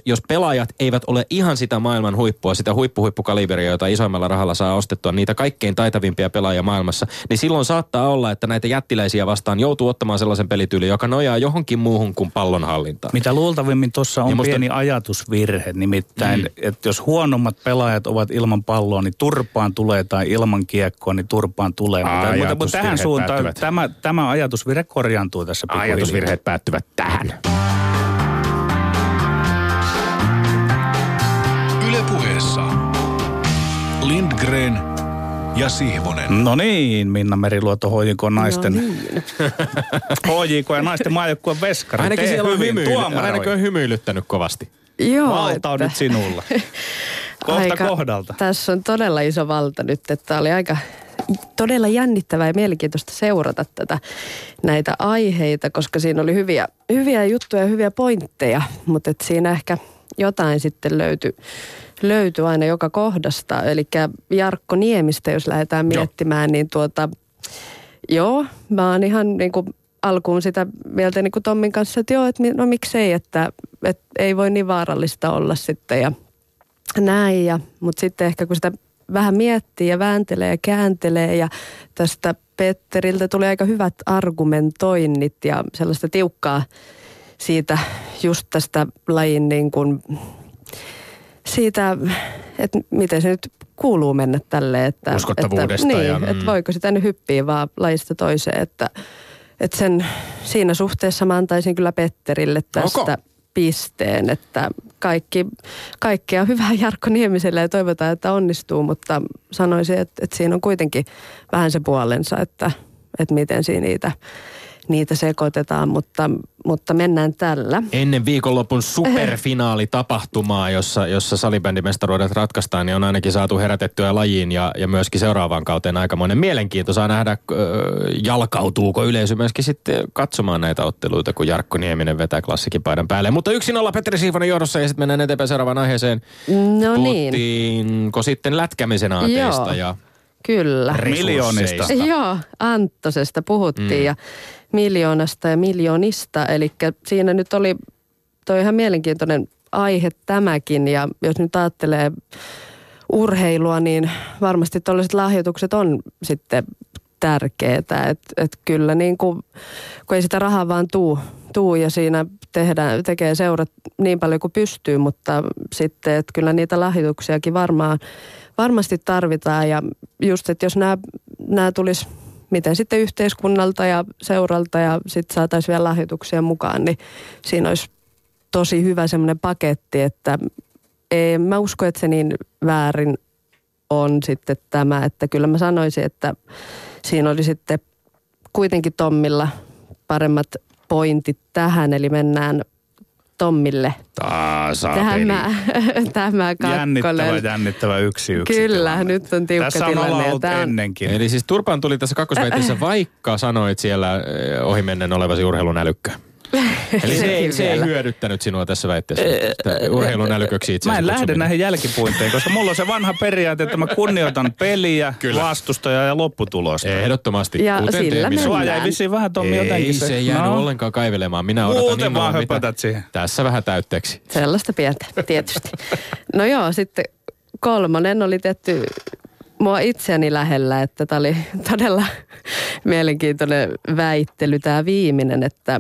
pelaajat eivät ole ihan sitä maailman huippua, sitä huippuhuippukaliberia, jota isoimmalla rahalla saa ostettua, niitä kaikkein taitavimpia pelaajia maailmassa, niin silloin saattaa olla, että näitä jättiläisiä vastaan joutuu ottamaan sellaisen pelityylin, joka nojaa johonkin muuhun kuin pallonhallintaan. Mitä luultavimmin tuossa on musta... pieni ajatusvirhe, nimittäin, mm. että jos huonommat pelaajat ovat ilman palloa, niin turpaan tulee, tai ilman kiekkoa, niin turpaan tulee. Aa, mutta, mutta tähän suuntaan tämä, tämä ajatusvirhe korjaantuu tässä pikkuhiljaa. Ajatusvirheet päättyvät tähän. Yle Puheessa Lindgren ja Sihvonen. No niin, Minna Meriluoto, H J K naisten... No niin. H J K ja naisten maajoukkueen veskari. Ainakin Tee siellä on, hyvin, hymyily, ainakin on hymyilyttänyt kovasti. Joo, valta on että... nyt sinulla. Kohta aika, kohdalta. Tässä on todella iso valta nyt, että oli aika todella jännittävää ja mielenkiintoista seurata tätä, näitä aiheita, koska siinä oli hyviä, hyviä juttuja ja hyviä pointteja, mutta et siinä ehkä jotain sitten löytyi löytyi aina joka kohdasta. Eli Jarkko Niemistä, jos lähdetään miettimään, joo. niin tuota, joo, mä oon ihan niin kuin alkuun sitä mieltä niin kuin Tommin kanssa, että joo, että no miksei, että, että ei voi niin vaarallista olla sitten ja näin. Ja, mutta sitten ehkä kun sitä vähän miettii ja vääntelee ja kääntelee ja tästä Petteriltä tuli aika hyvät argumentoinnit ja sellaista tiukkaa siitä just tästä lajin niin kuin siitä, että miten se nyt kuuluu mennä tälleen. Että, uskottavuudesta. Että, ja, niin, että voiko sitä nyt hyppiä vaan lajista toiseen. Että, että sen, siinä suhteessa mä antaisin kyllä Petterille tästä okay. pisteen, että kaikki, kaikkea hyvää Jarkko Niemiselle ja toivotaan, että onnistuu, mutta sanoisin, että, että siinä on kuitenkin vähän se puolensa, että, että miten siinä niitä, niitä sekoitetaan, mutta, mutta mennään tällä. Ennen viikonlopun superfinaalitapahtumaa, jossa, jossa salibändimestaruudet ratkaistaan, niin on ainakin saatu herätettyä lajiin ja, ja myöskin seuraavaan kauteen aikamoinen mielenkiinto. Saa nähdä, äh, jalkautuuko yleisö myöskin sitten katsomaan näitä otteluita, kun Jarkko Nieminen vetää klassikin paidan päälle. Mutta yksi nolla Petteri Sihvonen johdossa ja sitten mennään eteenpäin seuraavaan aiheeseen. No Puhuttiinko niin. sitten lätkämisen aateista Joo. ja Kyllä. Miljoonista. Joo, Anttosesta puhuttiin mm. ja miljoonasta ja miljoonista. Eli siinä nyt oli toi ihan mielenkiintoinen aihe tämäkin. Ja jos nyt ajattelee urheilua, niin varmasti tuollaiset lahjoitukset on sitten tärkeää. Että et kyllä niin kuin, kun ei sitä rahaa vaan tuu, tuu ja siinä tehdään, tekee seurat niin paljon kuin pystyy, mutta sitten, että kyllä niitä lahjoituksiakin varmaan varmasti tarvitaan ja just, että jos nämä, nämä tulisi miten sitten yhteiskunnalta ja seuralta ja sitten saataisiin vielä lahjoituksia mukaan, niin siinä olisi tosi hyvä semmoinen paketti, että en mä usko, että se niin väärin on sitten tämä, että kyllä mä sanoisin, että siinä oli sitten kuitenkin Tommilla paremmat pointit tähän, eli mennään Tommille. Tämä, tämä kakkonen. Jännittävä, jännittävä yksi yksi. Kyllä, tämä. Nyt on tiukka tässä tilanne. Tässä on ollut ennenkin. Eli siis turpaan tuli tässä kakkosväitteessä, vaikka sanoit siellä ohimennen olevasi urheilun älykkö. Eli se, ei, se ei hyödyttänyt sinua tässä väitteessä, urheilun älyköksi itse asiassa. Mä en lähde näihin jälkipuinteihin, koska mulla on se vanha periaate, että mä kunnioitan peliä, vastustajaa ja lopputulosta. Ehdottomasti. Ja sillä mennään. Sua jäi vissiin vähän Tommi jotenkin. Ei se jäänyt no. ollenkaan kaivelemaan. Minä odotan muuten vaan höpötät siihen. Tässä vähän täytteeksi. Sellaista pientä, tietysti. No joo, sitten kolmonen oli tehty mua itseäni lähellä, että tämä oli todella mielenkiintoinen väittely, tämä viimeinen, että,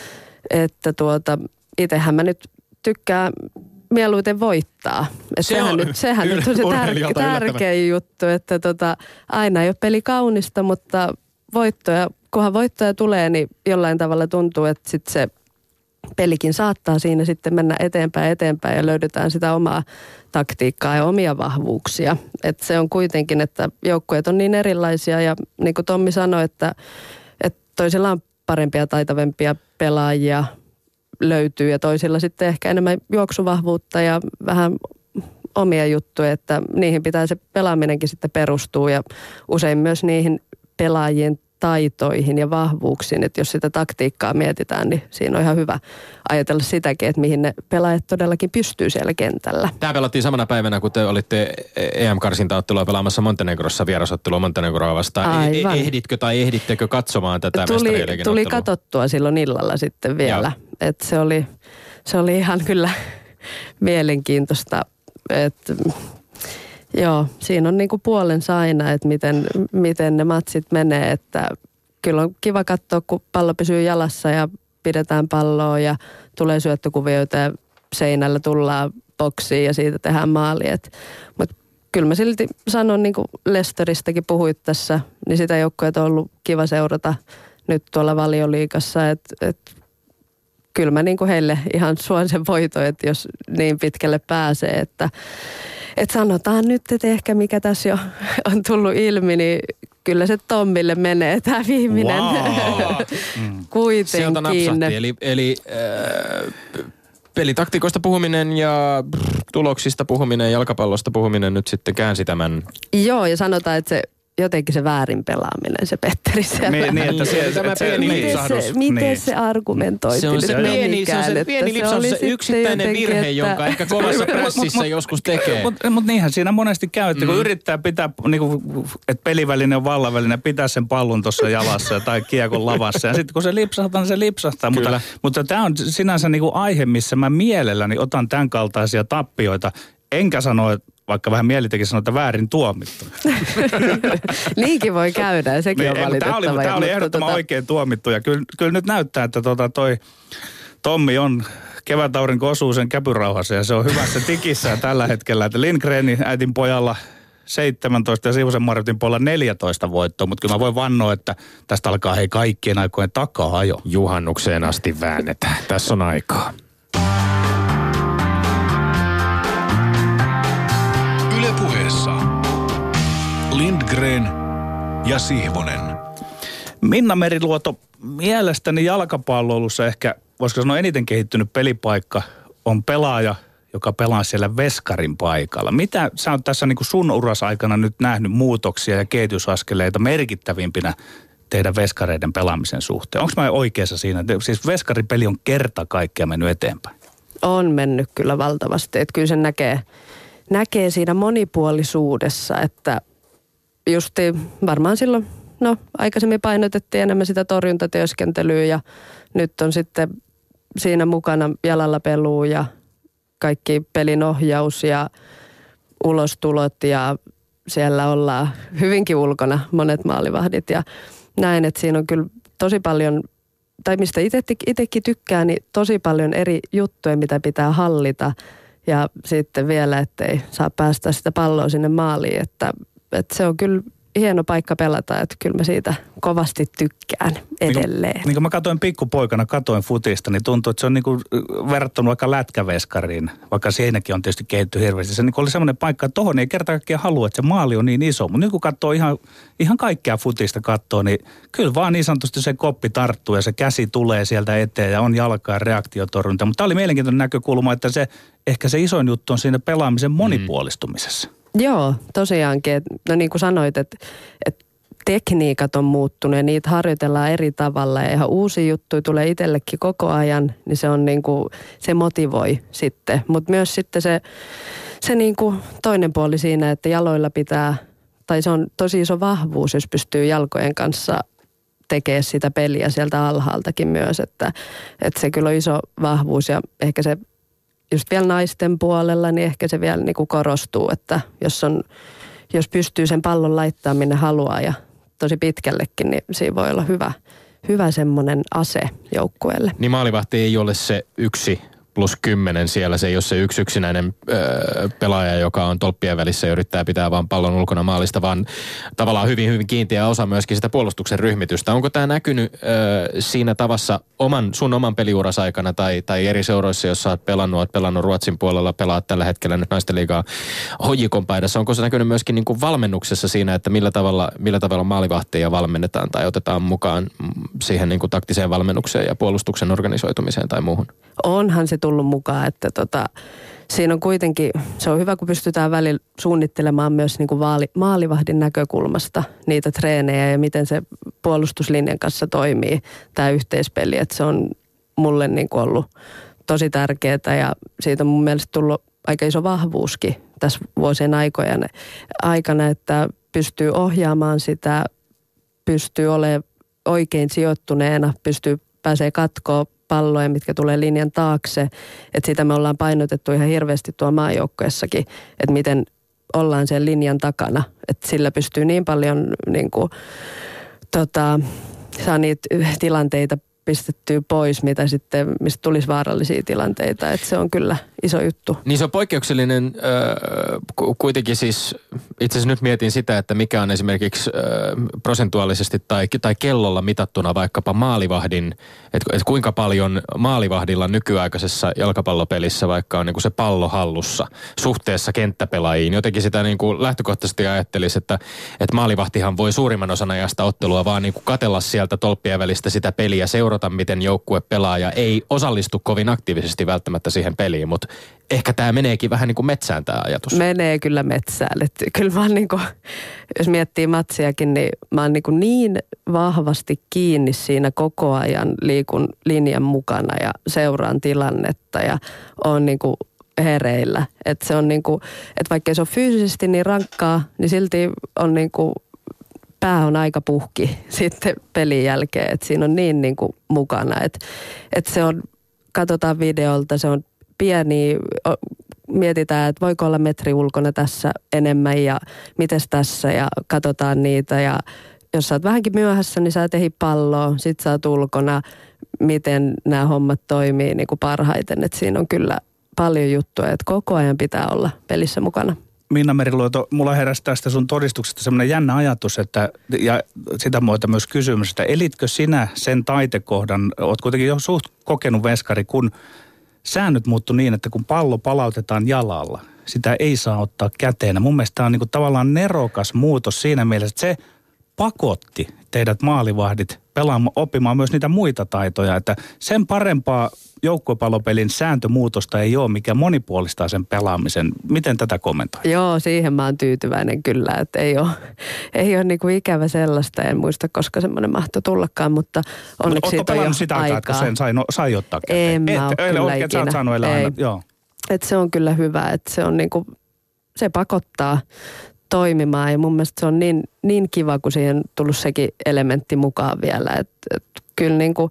että tuota, itsehän mä nyt tykkään mieluiten voittaa. Että se sehän on, nyt, sehän nyt on se tär- tärkein juttu, että tota, aina ei ole peli kaunista, mutta voittoja, kunhan voittoja tulee, niin jollain tavalla tuntuu, että sitten se pelikin saattaa siinä sitten mennä eteenpäin eteenpäin ja löydetään sitä omaa taktiikkaa ja omia vahvuuksia. Että se on kuitenkin, että joukkueet on niin erilaisia ja niin kuin Tommi sanoi, että, että toisilla on parempia taitavempia pelaajia löytyy ja toisilla sitten ehkä enemmän juoksuvahvuutta ja vähän omia juttuja, että niihin pitää se pelaaminenkin sitten perustua ja usein myös niihin pelaajien taitoihin ja vahvuuksiin, että jos sitä taktiikkaa mietitään, niin siinä on ihan hyvä ajatella sitäkin, että mihin ne pelaajat todellakin pystyy siellä kentällä. Tämä pelattiin samana päivänä, kun te olitte E M-karsintaottelua pelaamassa Montenegrossa, vierasottelua Montenegroa vastaan. Aivan. Ehditkö tai ehdittekö katsomaan tätä mestariliigan ottelua? Tuli katsottua silloin illalla sitten vielä. Että se oli, se oli ihan kyllä mielenkiintoista. Että joo, siinä on niinku puolensa aina, että miten, miten ne matsit menee, että kyllä on kiva katsoa, kun pallo pysyy jalassa ja pidetään palloa ja tulee syöttökuvioita ja seinällä tullaan boksiin ja siitä tehdään maali. Mutta kyllä mä silti sanon, niin kuin Leicesteristäkin puhuit tässä, niin sitä joukkoja on ollut kiva seurata nyt tuolla Valioliigassa, että et, kyllä mä niin kuin heille ihan suon sen voiton, että jos niin pitkälle pääsee, että et sanotaan nyt, että ehkä mikä tässä jo on tullut ilmi, niin kyllä se Tommille menee tämä viimeinen wow. kuitenkin. Sieltä napsahti, eli, eli äh, pelitaktikoista puhuminen ja tuloksista puhuminen, jalkapallosta puhuminen nyt sitten käänsi tämän. Joo, ja sanotaan, että se jotenkin se väärin pelaaminen, se Petteri siellä. Niin, niin että se, tämä se, pieni miten lipsahdus. se, miten niin. se argumentointi se on se nyt pieni, menikään, se on se että pieni lipsahdus, se, se yksittäinen jotenkin, virhe, että jonka ehkä kovassa prässissä joskus tekee. Mutta mut niinhän siinä monesti käy, että kun mm. yrittää pitää, niinku, että peliväline on vallaväline, pitää sen pallon tuossa jalassa tai kiekon lavassa. Ja sitten kun se lipsahtaa, niin se lipsahtaa. Kyllä. Mutta, mutta tämä on sinänsä niinku aihe, missä mä mielelläni otan tämän kaltaisia tappioita. Enkä sano, että vaikka vähän mieli teki sanoa, että väärin tuomittu. Niinkin voi käydä ja sekin on valitettava. Tämä oli, tämä oli ehdottoman tota... oikein tuomittu ja kyllä, kyllä nyt näyttää, että tota toi Tommi on kevätaurinko osuu sen käpyrauhassa ja se on hyvässä tikissä tällä hetkellä. Että Lindgrenin äitin pojalla seitsemäntoista ja Sivusen Marjutin pojalla neljätoista voittoa, mutta kyllä mä voin vannoa, että tästä alkaa hei kaikkien aikojen takaa ajo. Juhannukseen asti väännetään. Tässä on aikaa. Yle Puheessa Lindgren ja Sihvonen. Minna Meriluoto, mielestäni jalkapalloilussa ehkä, voisiko sanoa eniten kehittynyt pelipaikka on pelaaja, joka pelaa siellä veskarin paikalla. Mitä sä oot tässä niin kuin sun uras aikana nyt nähnyt muutoksia ja kehitysaskeleita merkittävimpinä teidän veskareiden pelaamisen suhteen? Onko mä oikeassa siinä? Siis veskaripeli on kerta kaikkea mennyt eteenpäin. On mennyt kyllä valtavasti, että kyllä sen näkee, näkee siinä monipuolisuudessa, että justi varmaan silloin, no aikaisemmin painotettiin enemmän sitä torjuntatyöskentelyä ja nyt on sitten siinä mukana jalalla peluu ja kaikki pelin ohjaus ja ulostulot ja siellä ollaan hyvinkin ulkona monet maalivahdit ja näin, että siinä on kyllä tosi paljon, tai mistä itsekin tykkään, niin tosi paljon eri juttuja, mitä pitää hallita ja sitten vielä, ettei saa päästä sitä palloa sinne maaliin, että, että se on kyllä hieno paikka pelata, että kyllä mä siitä kovasti tykkään edelleen. Niin, niin kuin mä katoin pikkupoikana, katoin futista, niin tuntuu, että se on niin kuin verrattuna vaikka lätkäveskariin, vaikka siinäkin on tietysti kehitty hirveästi. Se niin oli semmoinen paikka, että tohon ei kerta kaikkiaan halua, että se maali on niin iso. Mutta nyt kun katsoo ihan, ihan kaikkea futista katsoo, niin kyllä vaan niin sanotusti se koppi tarttuu ja se käsi tulee sieltä eteen ja on jalka ja reaktiotorjunta. Mutta tämä oli mielenkiintoinen näkökulma, että se ehkä se isoin juttu on siinä pelaamisen monipuolistumisessa. Mm. Joo, tosiaankin. No niin kuin sanoit, että, että tekniikat on muuttunut ja niitä harjoitellaan eri tavalla. Ja ihan uusia juttuja tulee itsellekin koko ajan, niin se on niin kuin, se motivoi sitten. Mutta myös sitten se, se niin kuin toinen puoli siinä, että jaloilla pitää, tai se on tosi iso vahvuus, jos pystyy jalkojen kanssa tekemään sitä peliä sieltä alhaaltakin myös. Että, että se kyllä on iso vahvuus ja ehkä se just vielä naisten puolella, niin ehkä se vielä niin kuin korostuu, että jos, on, jos pystyy sen pallon laittamaan minne haluaa ja tosi pitkällekin, niin siinä voi olla hyvä, hyvä semmoinen ase joukkueelle. Niin maalivahti ei ole se yksi plus kymmenen siellä. Se ei ole se yksi yksinäinen öö, pelaaja, joka on tolppien välissä ja yrittää pitää vaan pallon ulkona maalista, vaan tavallaan hyvin, hyvin kiinteä osa myöskin sitä puolustuksen ryhmitystä. Onko tämä näkynyt öö, siinä tavassa oman, sun oman peliuras aikana tai, tai eri seuroissa, jossa olet pelannut, olet pelannut Ruotsin puolella, pelaat tällä hetkellä nyt naisten liigaa Hojikon paidassa. Onko se näkynyt myöskin niin kuin valmennuksessa siinä, että millä tavalla, millä tavalla maalivahtia valmennetaan tai otetaan mukaan siihen niin kuin taktiseen valmennukseen ja puolustuksen organisoitumiseen tai muuhun? Onhan se tullut mukaan, että tota, siinä on kuitenkin, se on hyvä, kun pystytään välillä suunnittelemaan myös niin kuin vaali, maalivahdin näkökulmasta niitä treenejä ja miten se puolustuslinjan kanssa toimii tämä yhteispeli. Että se on mulle niin kuin ollut tosi tärkeää ja siitä on mun mielestä tullut aika iso vahvuuskin tässä vuosien aikojen, aikana, että pystyy ohjaamaan sitä, pystyy olemaan oikein sijoittuneena, pystyy pääsee katkoa palloja, mitkä tulee linjan taakse. Että sitä me ollaan painotettu ihan hirveästi tuolla maajoukkueessakin, että miten ollaan sen linjan takana. Että sillä pystyy niin paljon niin kuin, tota, saa niitä tilanteita pistettyä pois, mitä sitten, mistä tulisi vaarallisia tilanteita. Että se on kyllä iso juttu. Niin se on poikkeuksellinen, äh, kuitenkin siis, itse asiassa nyt mietin sitä, että mikä on esimerkiksi äh, prosentuaalisesti tai, tai kellolla mitattuna vaikkapa maalivahdin, että et kuinka paljon maalivahdilla nykyaikaisessa jalkapallopelissä vaikka on niin kuin se pallo hallussa suhteessa kenttäpelaajiin. Jotenkin sitä niin kuin lähtökohtaisesti ajattelisi, että, että maalivahtihan voi suurimman osan ajasta ottelua vaan niin kuin katella sieltä tolppien välistä sitä peliä, seurata miten joukkue pelaa ja ei osallistu kovin aktiivisesti välttämättä siihen peliin, mutta ehkä tämä meneekin vähän niin kuin metsään tämä ajatus. Menee kyllä metsään. Että kyllä mä oon niin kuin, jos miettii matsiakin, niin mä oon niin, kuin niin vahvasti kiinni siinä koko ajan, liikun linjan mukana ja seuraan tilannetta ja oon niin kuin hereillä. Että se on niin kuin, että vaikka se on fyysisesti niin rankkaa, niin silti on niin kuin pää on aika puhki sitten pelin jälkeen, että siinä on niin, niin kuin mukana, että, että se on, katsotaan videolta, se on pieni, mietitään, että voiko olla metri ulkona tässä enemmän ja mites tässä ja katsotaan niitä ja jos sä oot vähänkin myöhässä, niin sä et ehdi palloa, sit sä oot ulkona, miten nämä hommat toimii niin kuin parhaiten, että siinä on kyllä paljon juttuja, että koko ajan pitää olla pelissä mukana. Minna Meriluoto, mulla heräsi tästä sun todistuksesta semmoinen jännä ajatus, että, ja sitä muuta myös kysymys, että elitkö sinä sen taitekohdan, oot kuitenkin jo suht kokenut veskari, kun säännöt muuttu niin, että kun pallo palautetaan jalalla, sitä ei saa ottaa käteen. Mun mielestä tämä on niin kuin tavallaan nerokas muutos siinä mielessä, että se pakotti teidät maalivahdit pelaamaan, oppimaan myös niitä muita taitoja, että sen parempaa joukkuepallopelin sääntömuutosta ei ole, mikä monipuolistaa sen pelaamisen. Miten tätä kommentoit? Joo, siihen mä oon tyytyväinen kyllä, että ei ole, ei ole niinku ikävä sellaista, en muista koska semmoinen mahtoi tullakaan, mutta onneksi siitä on jo sitä aikaa. Että sen sai, no, sai ottaa käteen? En mä ole kyllä oikein, ikinä. Sä oot saanut elää aina, joo. Että se on kyllä hyvä, että se on niinku, se pakottaa toimimaan ja mun mielestä se on niin, niin kiva, kun siihen on tullut sekin elementti mukaan vielä, että, että kyllä niinku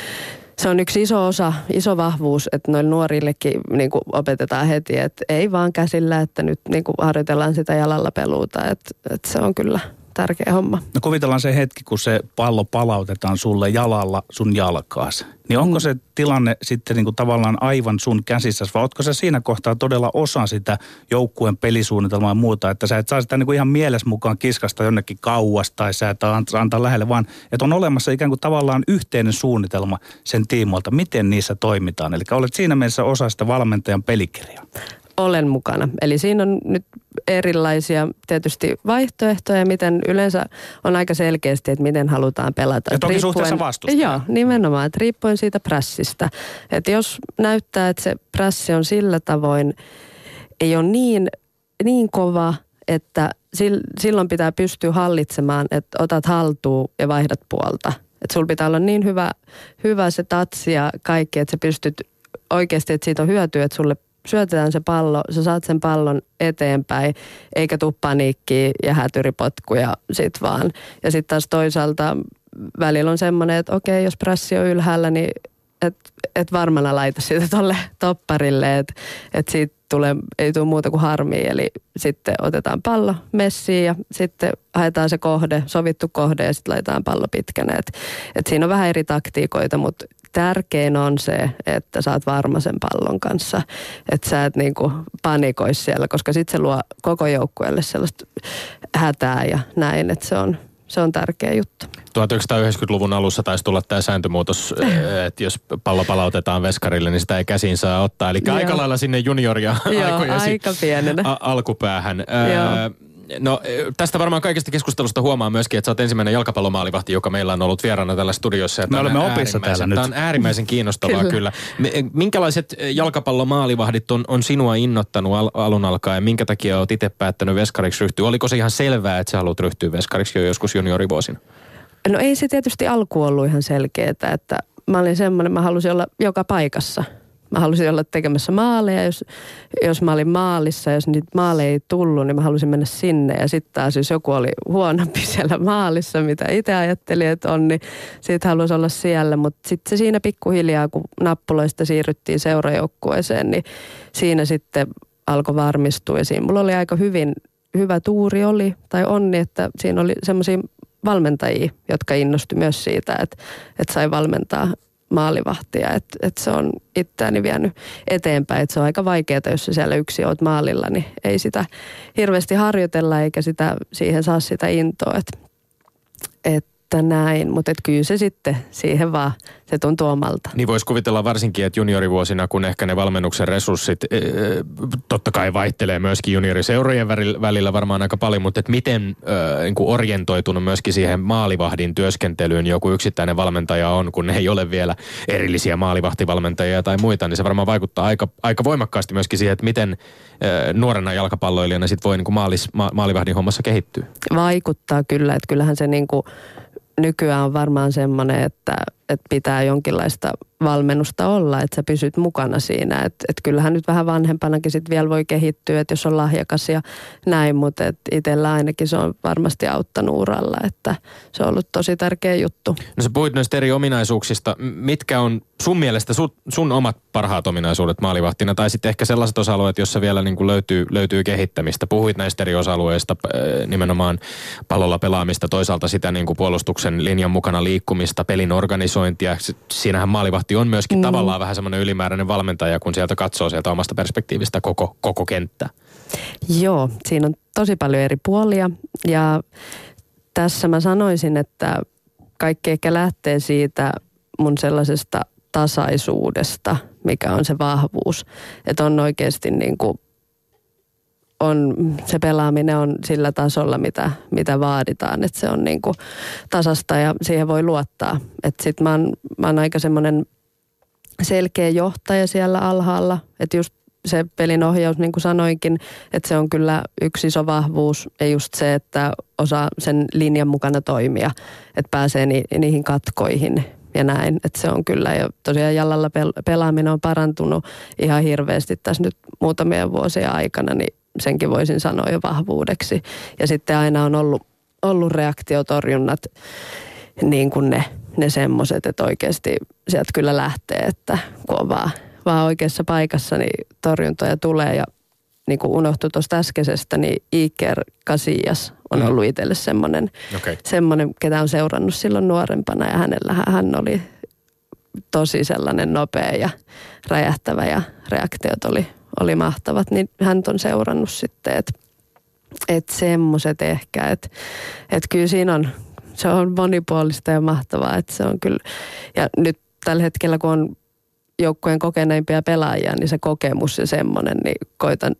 se on yksi iso osa, iso vahvuus, että noille nuorillekin niin kuin opetetaan heti, että ei vaan käsillä, että nyt niin kuin harjoitellaan sitä jalalla peluuta, että, että se on kyllä tärkeä homma. No kuvitellaan se hetki, kun se pallo palautetaan sulle jalalla sun jalkaas. Niin onko se tilanne sitten niin kuin tavallaan aivan sun käsissäsi, vai ootko se siinä kohtaa todella osa sitä joukkueen pelisuunnitelmaa ja muuta, että sä et saa sitä niin kuin ihan mielessä mukaan kiskasta jonnekin kauas tai sä et antaa lähelle, vaan että on olemassa ikään kuin tavallaan yhteinen suunnitelma sen tiimoilta, miten niissä toimitaan. Eli olet siinä mielessä osa sitä valmentajan pelikirjaa. Olen mukana. Eli siinä on nyt erilaisia tietysti vaihtoehtoja, miten yleensä on aika selkeästi, että miten halutaan pelata. Ja toki riippuen, suhteessa vastustaja. Joo, nimenomaan, että riippuen siitä prässistä. Että jos näyttää, että se prässi on sillä tavoin, ei ole niin, niin kova, että silloin pitää pystyä hallitsemaan, että otat haltuun ja vaihdat puolta. Että sulla pitää olla niin hyvä, hyvä se tatsi ja kaikki, että sä pystyt oikeasti, että siitä on hyötyä, että sulle syötetään se pallo, sä saat sen pallon eteenpäin, eikä tuu paniikkiä ja hätyripotkuja sit vaan. Ja sitten taas toisaalta välillä on semmoinen, että okei, jos prässi on ylhäällä, niin et, et varmana laita sitä tolle topparille, että et siitä tulee, ei tule muuta kuin harmia. Eli sitten otetaan pallo messiin ja sitten haetaan se kohde, sovittu kohde ja sitten laitetaan pallo pitkänä. Että et siinä on vähän eri taktiikoita, mutta tärkein on se, että sä oot varma sen pallon kanssa, että sä et niinku panikois siellä, koska sitten se luo koko joukkueelle sellaista hätää ja näin, että se on, se on tärkeä juttu. tuhatyhdeksänsataayhdeksänkymmentäluvun alussa taisi tulla tämä sääntömuutos, että jos pallo palautetaan veskarille, niin sitä ei käsiin saa ottaa. Eli aika lailla sinne junioria aikoja aika pienenä. A- alkupäähän. Öö, no tästä varmaan kaikesta keskustelusta huomaa myöskin, että sä oot ensimmäinen jalkapallomaalivahti, joka meillä on ollut vieraana tällä studiossa. Me olemme opissa täällä nyt. Tämä on äärimmäisen kiinnostavaa kyllä. Minkälaiset jalkapallomaalivahdit on, on sinua innottanut al- alun alkaen ja minkä takia oot itse päättänyt veskariksi ryhtyä? Oliko se ihan selvää, että sä haluat ryhtyä veskariksi jo joskus juniorivuosina? No ei se tietysti alku ollut ihan selkeää, että mä olin semmoinen, mä halusin olla joka paikassa. Mä halusin olla tekemässä maaleja, jos, jos mä olin maalissa, jos niitä maaleja ei tullut, niin mä halusin mennä sinne. Ja sitten taas, jos joku oli huonompi siellä maalissa, mitä itse ajattelin, että on, niin siitä halusi olla siellä. Mutta sitten se siinä pikkuhiljaa, kun nappuloista siirryttiin seurajoukkueeseen, niin siinä sitten alkoi varmistua. Ja siinä mulla oli aika hyvin, hyvä tuuri oli, tai onni, että siinä oli semmoisia valmentajia, jotka innostui myös siitä, että, että sai valmentaa maalivahtia, että, että se on itseäni vienyt eteenpäin, että se on aika vaikeaa, jos sä siellä yksi oot maalilla, niin ei sitä hirveästi harjoitella eikä sitä, siihen saa sitä intoa, että, että näin, mutta kyllä se sitten siihen vaan, se tuntuu omalta. Niin voisi kuvitella varsinkin, että juniorivuosina, kun ehkä ne valmennuksen resurssit e, totta kai vaihtelee myöskin junioriseurojen välillä varmaan aika paljon, mutta että miten e, niin kuin orientoitunut myöskin siihen maalivahdin työskentelyyn joku yksittäinen valmentaja on, kun ei ole vielä erillisiä maalivahtivalmentajia tai muita, niin se varmaan vaikuttaa aika, aika voimakkaasti myöskin siihen, että miten e, nuorena jalkapalloilijana sit voi niin kuin maalis, ma, maalivahdin hommassa kehittyä. Vaikuttaa kyllä, että kyllähän se niin kuin nykyään on varmaan semmoinen, että, että pitää jonkinlaista valmennusta olla, että sä pysyt mukana siinä. Että, että kyllähän nyt vähän vanhempanakin sit vielä voi kehittyä, että jos on lahjakas ja näin, mutta itsellä ainakin se on varmasti auttanut uralla, että se on ollut tosi tärkeä juttu. No sä puhuit noista eri ominaisuuksista. Mitkä on sun mielestä sun, sun omat parhaat ominaisuudet maalivahtina, tai sitten ehkä sellaiset osa-alueet, jossa vielä niin kuin löytyy, löytyy kehittämistä? Puhuit näistä eri osa-alueista, nimenomaan pallolla pelaamista, toisaalta sitä niin kuin puolustuksen linjan mukana liikkumista, pelin organisointia. Siinähän maalivahti on myöskin mm. tavallaan vähän semmoinen ylimääräinen valmentaja, kun sieltä katsoo sieltä omasta perspektiivistä koko, koko kenttä. Joo, siinä on tosi paljon eri puolia, ja tässä mä sanoisin, että kaikki ehkä lähtee siitä mun sellaisesta tasaisuudesta, mikä on se vahvuus. Että on oikeasti niin kuin, on, se pelaaminen on sillä tasolla, mitä, mitä vaaditaan. Että se on niin kuin tasasta ja siihen voi luottaa. Että sit mä oon, mä oon aika semmoinen selkeä johtaja siellä alhaalla. Että just se pelin ohjaus, niin kuin sanoinkin, että se on kyllä yksi iso vahvuus. Ja just se, että osaa sen linjan mukana toimia, että pääsee ni, niihin katkoihin ja näin. Että se on kyllä, ja tosiaan jalalla pelaaminen on parantunut ihan hirveästi tässä nyt muutamia vuosia aikana, niin senkin voisin sanoa jo vahvuudeksi. Ja sitten aina on ollut, ollut reaktiotorjunnat niin kuin ne, ne semmoiset, että oikeasti sieltä kyllä lähtee, että kun on vaan, vaan oikeassa paikassa, niin torjuntoja tulee. Ja niin kuin unohtui tuosta äskeisestä, niin Iker Casillas on ollut itselle semmoinen, okay. semmoinen, ketä on seurannut silloin nuorempana, ja hänellä hän oli tosi sellainen nopea ja räjähtävä ja reaktiot oli, oli mahtavat, niin hän on seurannut sitten, että et semmoiset ehkä, että et kyllä siinä on, se on monipuolista ja mahtavaa, että se on kyllä, ja nyt tällä hetkellä, kun on joukkueen kokeneimpia pelaajia, niin se kokemus ja semmoinen, niin koitan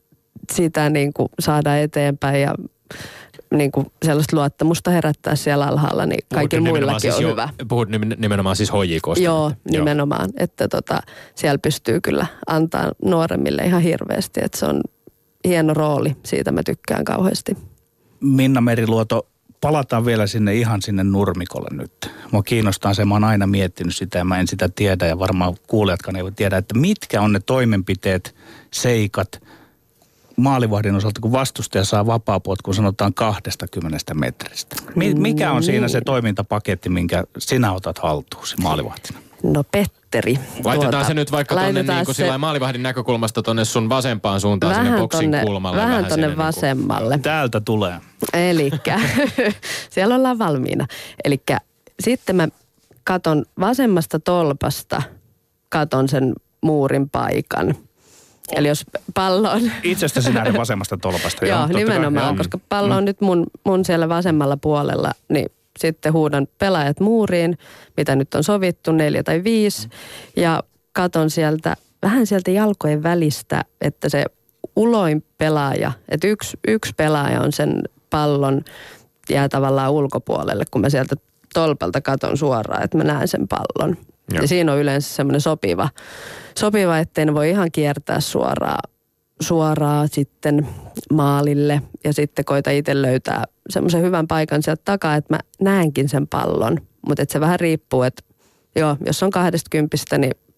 sitä niin kuin saada eteenpäin ja niin kuin sellaista luottamusta herättää siellä alhaalla, niin kaikilla muillakin siis on jo, hyvä. Puhut nimenomaan siis H J K:sta. Joo, nimenomaan. Joo. Että tota, siellä pystyy kyllä antaa nuoremmille ihan hirveästi, että se on hieno rooli. Siitä mä tykkään kauheasti. Minna Meriluoto, palataan vielä sinne ihan sinne nurmikolle nyt. Mua kiinnostaa se, mä oon aina miettinyt sitä ja mä en sitä tiedä ja varmaan kuulijatkaan ei voi tiedä, että mitkä on ne toimenpiteet, seikat maalivahdin osalta, kun vastustaja saa vapaapotkun, sanotaan kaksikymmentä metristä. Mikä on siinä se toimintapaketti, minkä sinä otat haltuusi maalivahtina? No Petteri. Laitetaan tuota, se nyt vaikka tuonne niin kuin se maalivahdin näkökulmasta tuonne sun vasempaan suuntaan, vähän sinne boksin tonne, kulmalle. Vähän, vähän tuonne niin vasemmalle. Kuin, täältä tulee. Elikkä, siellä ollaan valmiina. Elikkä sitten mä katon vasemmasta tolpasta, katon sen muurin paikan. Eli jos pallo on... Itsestä sinä vasemmasta tolpasta. Joo, nimenomaan, kai, koska pallo on mm. nyt mun, mun siellä vasemmalla puolella, niin sitten huudan pelaajat muuriin, mitä nyt on sovittu, neljä tai viisi, ja katon sieltä, vähän sieltä jalkojen välistä, että se uloin pelaaja, että yksi, yksi pelaaja on sen pallon, jää tavallaan ulkopuolelle, kun mä sieltä tolpalta katon suoraan, että mä näen sen pallon. Joo. Ja siinä on yleensä semmoinen sopiva, sopiva, ettei ne voi ihan kiertää suoraan, suoraan sitten maalille. Ja sitten koita itse löytää semmoisen hyvän paikan sieltä takaa, että mä näenkin sen pallon. Mutta se vähän riippuu, että joo, jos on kahdesta kympistä, niin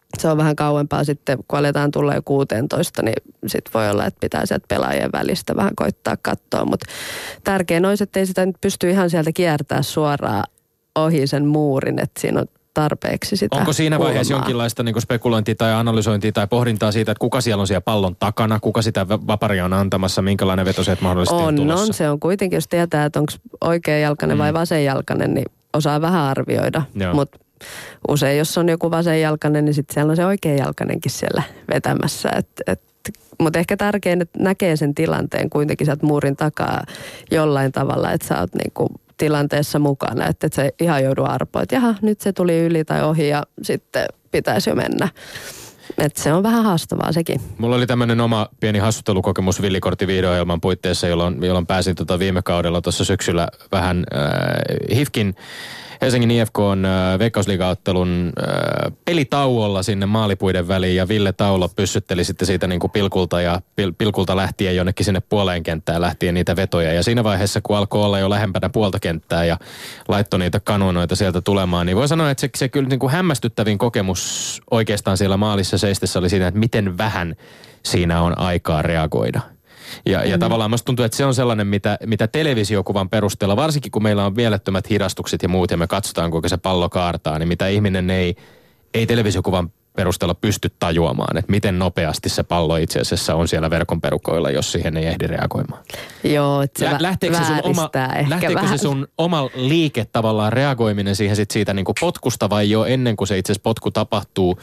se on vähän kauempaa sitten, kun aletaan tulla jo kuusitoista, niin sitten voi olla, että pitää sieltä pelaajien välistä vähän koittaa katsoa. Mutta tärkein olisi, että ei sitä nyt pysty ihan sieltä kiertämään suoraan ohi sen muurin, että siinä on tarpeeksi sitä Onko siinä vaiheessa kulmaa. jonkinlaista niin kuin spekulointia tai analysointia tai pohdintaa siitä, että kuka siellä on siellä pallon takana, kuka sitä vaparia on antamassa, minkälainen veto se mahdollisesti on, on tulossa? On, se on kuitenkin, jos tietää, että onko oikeajalkainen mm. vai vasenjalkainen, niin osaa vähän arvioida. Mutta usein, jos on joku vasenjalkainen, niin sitten siellä on se oikeajalkainenkin siellä vetämässä. Et, et, mutta ehkä tärkein, että näkee sen tilanteen kuitenkin sieltä muurin takaa jollain tavalla, että sä oot niinku tilanteessa mukana, että et sä ihan joudu arpoa, että jaha, nyt se tuli yli tai ohi ja sitten pitäisi jo mennä. Että se on vähän haastavaa sekin. Mulla oli tämmöinen oma pieni hassuttelukokemus Villikortti video-ohjelman puitteissa, jolloin, jolloin pääsin tota viime kaudella tuossa syksyllä vähän äh, H I F K:n Helsingin I F K:n äh, Veikkausliigaottelun äh, pelitauolla sinne maalipuiden väliin ja Ville Taulo pyssytteli sitten siitä niin kuin pilkulta ja pil, pilkulta lähtien jonnekin sinne puoleen kenttään lähtien niitä vetoja. Ja siinä vaiheessa, kun alkoi olla jo lähempänä puolta kenttää ja laittoi niitä kanonoita sieltä tulemaan, niin voi sanoa, että se, se kyllä niin kuin hämmästyttävin kokemus oikeastaan siellä maalissa seistessä oli siinä, että miten vähän siinä on aikaa reagoida. Ja, ja mm. tavallaan musta tuntuu, että se on sellainen, mitä, mitä televisiokuvan perusteella, varsinkin kun meillä on mielettömät hidastukset ja muut, ja me katsotaan, kuinka se pallo kaartaa, niin mitä ihminen ei, ei televisiokuvan perusteella pysty tajuamaan, että miten nopeasti se pallo itse asiassa on siellä verkon perukoilla, jos siihen ei ehdi reagoimaan. Joo, että se Lä, lähteekö se sun oma, lähteekö vähän. se sun oma liike tavallaan reagoiminen siihen sit siitä niinku potkusta vai jo ennen kuin se itse asiassa potku tapahtuu,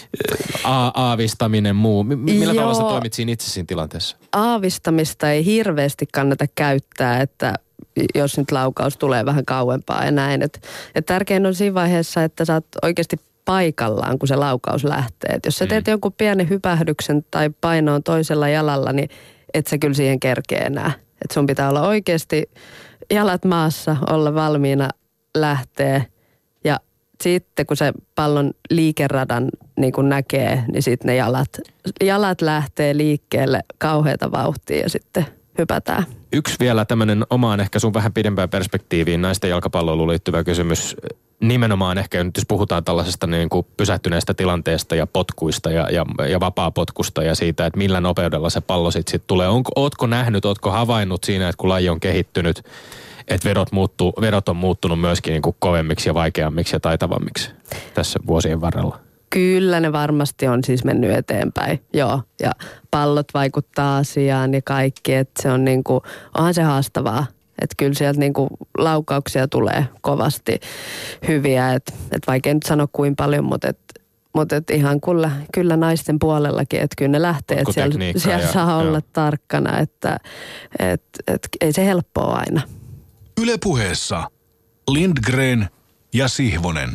a- aavistaminen, muu? M- millä Joo. tavalla sä toimit siinä itse siinä tilanteessa? Aavistamista ei hirveästi kannata käyttää, että jos nyt laukaus tulee vähän kauempaa ja näin. Että et tärkein on siinä vaiheessa, että sä oot oikeasti paikallaan, kun se laukaus lähtee. Et jos sä teet mm. jonkun pienen hypähdyksen tai painoon toisella jalalla, niin et sä kyllä siihen kerkeä enää. Et sun pitää olla oikeasti jalat maassa, olla valmiina lähtee. Ja sitten kun se pallon liikeradan niin kun näkee, niin sitten ne jalat, jalat lähtee liikkeelle kauheata vauhtia ja sitten hypätään. Yksi vielä tämmöinen omaan ehkä sun vähän pidempään perspektiiviin naisten jalkapalloiluun liittyvä kysymys. Nimenomaan ehkä nyt jos puhutaan tällaisesta niin kuin pysähtyneestä tilanteesta ja potkuista ja, ja, ja vapaapotkusta ja siitä, että millä nopeudella se pallo sitten sit tulee. Onko, ootko nähnyt, ootko havainnut siinä, että kun laji on kehittynyt, että vedot, muuttuu, vedot on muuttunut myöskin niin kuin kovemmiksi ja vaikeammiksi ja taitavammiksi tässä vuosien varrella? Kyllä ne varmasti on siis mennyt eteenpäin, joo. Ja pallot vaikuttaa asiaan ja kaikki, että se on niin kuin, onhan se haastavaa. Että kyllä sieltä niin kuin laukauksia tulee kovasti hyviä, että et vaikea nyt sanoa kuin paljon, mutta et, mutta et ihan kyllä, kyllä naisten puolellakin, että kyllä ne lähtee, että siellä, siellä ja, saa ja. olla tarkkana, että et, et, ei se helppoa aina. Yle Puheessa Lindgren ja Sihvonen.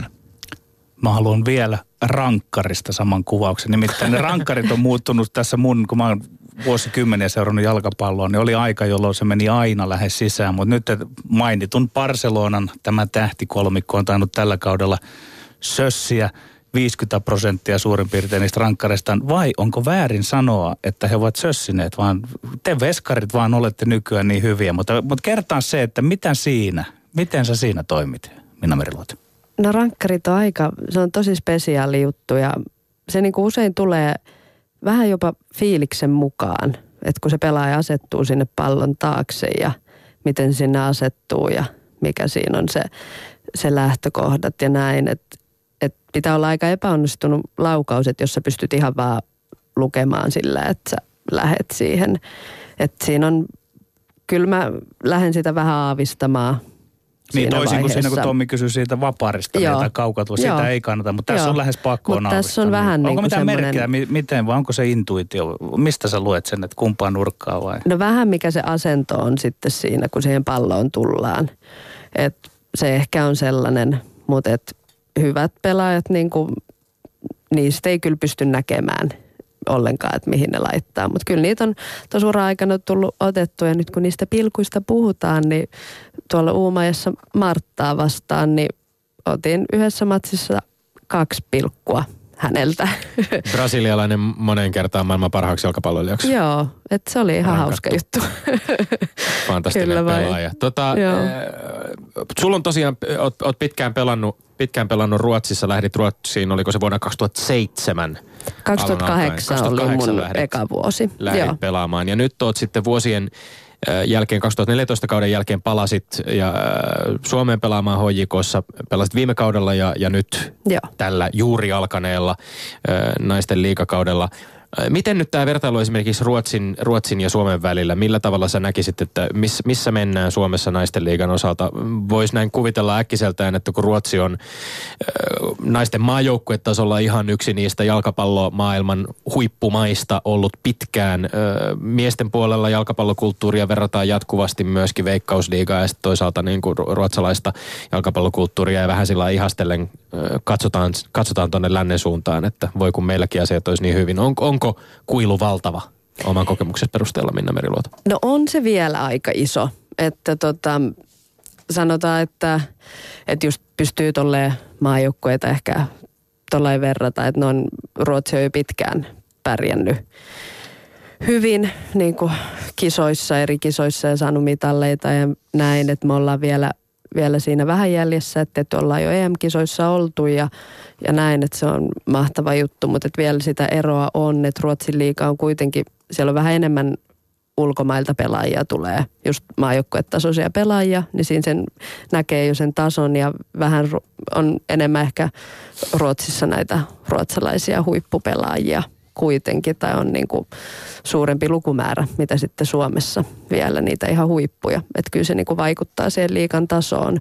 Mä haluan vielä rankkarista saman kuvauksen. Nimittäin ne rankkarit on muuttunut tässä mun, kun mä oon vuosikymmeniä seurannut jalkapalloa, niin oli aika, jolloin se meni aina lähes sisään. Mutta nyt mainitun Barcelonan tämä tähtikolmikko on tainnut tällä kaudella sössiä viisikymmentä prosenttia suurin piirtein niistä rankkareistaan. Vai onko väärin sanoa, että he ovat sössineet, vaan te veskarit vaan olette nykyään niin hyviä. Mutta, mutta kertaan se, että mitä siinä, miten sä siinä toimit, Minna Meriluoto? No rankkarit on aika, se on tosi spesiaali juttu ja se niin kuin usein tulee vähän jopa fiiliksen mukaan, että kun se pelaaja asettuu sinne pallon taakse ja miten sinne asettuu ja mikä siinä on se, se lähtökohdat ja näin. Että et pitää olla aika epäonnistunut laukaus, että jos sä pystyt ihan vaan lukemaan sillä, että sä lähet siihen. Että siinä on, kyllä mä lähden sitä vähän aavistamaan. Niin toisin vaiheessa. kuin siinä, kun Tommi kysyi siitä vaparista tai kaukautua, sitä ei kannata, mutta tässä Joo. on lähes pakkoon aavistaa. Tässä on vähän onko niin mitään semmoinen... merkkejä, miten vai onko se intuitio? Mistä sä luet sen, että kumpaan nurkkaa vai? No vähän mikä se asento on sitten siinä, kun siihen palloon tullaan. Et se ehkä on sellainen, mutta et hyvät pelaajat, niin kuin, niistä ei kyllä pysty näkemään ollenkaan, että mihin ne laittaa. Mutta kyllä niitä on tuossa ura-aikana tullut otettu ja nyt kun niistä pilkuista puhutaan, niin tuolla Uumajassa Marttaa vastaan, niin otin yhdessä matsissa kaksi pilkkua häneltä. Brasilialainen monen kertaan maailman parhaaksi jalkapalloilijaksi. Joo, että se oli ihan Rankattu. Hauska juttu. Fantastinen pelaaja. Tota, äh, sulla on tosiaan, oot, oot pitkään pelannut, pitkään pelannut Ruotsissa, lähdit Ruotsiin, oliko se vuonna kaksituhattaseitsemän? kaksituhattakahdeksan oli mun lähdit, eka vuosi. Lähdit Joo. pelaamaan ja nyt oot sitten vuosien jälkeen, kaksituhattaneljätoista kauden jälkeen palasit ja Suomeen pelaamaan H J K:ssa, pelasit viime kaudella ja, ja nyt Joo. tällä juuri alkaneella naisten liigakaudella. Miten nyt tämä vertailu esimerkiksi Ruotsin, Ruotsin ja Suomen välillä, millä tavalla sä näkisit, että miss, missä mennään Suomessa naisten liigan osalta? Voisi näin kuvitella äkkiseltään, että kun Ruotsi on äh, naisten maajoukkuetasolla ihan yksi niistä jalkapallomaailman huippumaista ollut pitkään. Äh, miesten puolella jalkapallokulttuuria verrataan jatkuvasti myöskin Veikkausliigaa ja sitten toisaalta niin kuin ruotsalaista jalkapallokulttuuria ja vähän sillä ihastellen äh, katsotaan, katsotaan tuonne lännen suuntaan, että voi kun meilläkin asiat olisi niin hyvin. On, on Onko kuilu valtava oman kokemuksen perusteella, Minna Meriluoto? No on se vielä aika iso. Että tota, sanotaan, että, että just pystyy tolleen maajoukkueita ehkä tolleen verrata, että ne on, Ruotsi on jo pitkään pärjännyt hyvin niin kuin kisoissa, eri kisoissa ja saanut mitalleita ja näin, että me ollaan vielä vielä siinä vähän jäljessä, että, että ollaan jo E M-kisoissa oltu ja, ja näin, että se on mahtava juttu, mutta että vielä sitä eroa on, että Ruotsin liiga on kuitenkin, siellä on vähän enemmän ulkomailta pelaajia tulee, just maajoukkuetasoisia pelaajia, niin siinä sen näkee jo sen tason ja vähän on enemmän ehkä Ruotsissa näitä ruotsalaisia huippupelaajia kuitenkin, tai on niin kuin suurempi lukumäärä, mitä sitten Suomessa vielä niitä ihan huippuja. Että kyllä se niin kuin vaikuttaa siihen liigan tasoon,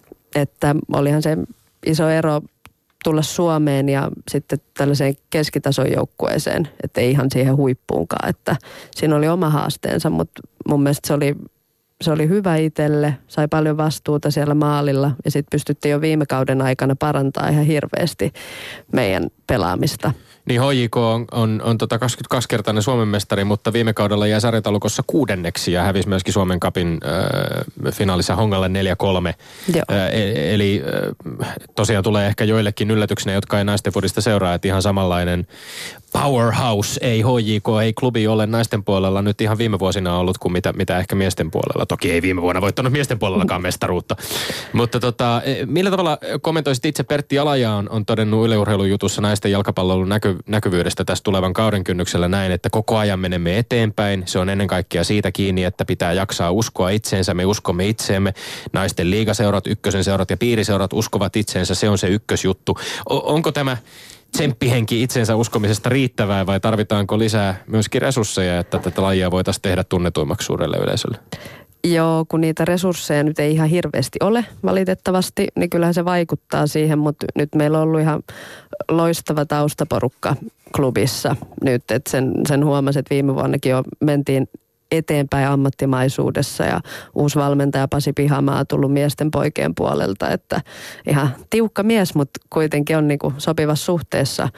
että olihan se iso ero tulla Suomeen ja sitten tällaiseen keskitason joukkueeseen, että ei ihan siihen huippuunkaan, että siinä oli oma haasteensa, mutta mun mielestä se oli, se oli hyvä itselle, sai paljon vastuuta siellä maalilla ja sitten pystyttiin jo viime kauden aikana parantaa ihan hirveästi meidän pelaamista. Niin H J K on, on, on tota kaksikymmentäkaksikertainen Suomen mestari, mutta viime kaudella jäi sarjataulukossa kuudenneksi ja hävisi myöskin Suomen Cupin äh, finaalissa Hongalle neljä kolme. Äh, eli äh, tosiaan tulee ehkä joillekin yllätyksenä, jotka ei naisten fudista seuraa, että ihan samanlainen powerhouse ei H J K, ei klubi ole naisten puolella nyt ihan viime vuosina ollut kuin mitä, mitä ehkä miesten puolella. Toki ei viime vuonna voittanut miesten puolellakaan mestaruutta. Mutta tota, millä tavalla kommentoisit itse? Pertti Alaja on, on todennut Yle Urheilun jutussa naisten jalkapallon näky, näkyvyydestä tässä tulevan kauden kynnyksellä näin, että koko ajan menemme eteenpäin. Se on ennen kaikkea siitä kiinni, että pitää jaksaa uskoa itseensä. Me uskomme itseemme. Naisten liigaseurat, ykkösen seurat ja piiriseurat uskovat itseensä. Se on se ykkösjuttu. O- onko tämä tsemppihenki itsensä uskomisesta riittävää vai tarvitaanko lisää myöskin resursseja, että tätä lajia voitaisiin tehdä tunnetuimmaksi suurelle yleisölle? Joo, kun niitä resursseja nyt ei ihan hirveästi ole valitettavasti, niin kyllähän se vaikuttaa siihen, mutta nyt meillä on ollut ihan loistava taustaporukka klubissa nyt, että sen, sen huomasin, että viime vuonnakin jo mentiin eteenpäin ammattimaisuudessa ja uusi valmentaja Pasi Pihamaa tullut miesten poikien puolelta, että ihan tiukka mies, mutta kuitenkin on niin kuin sopivassa suhteessa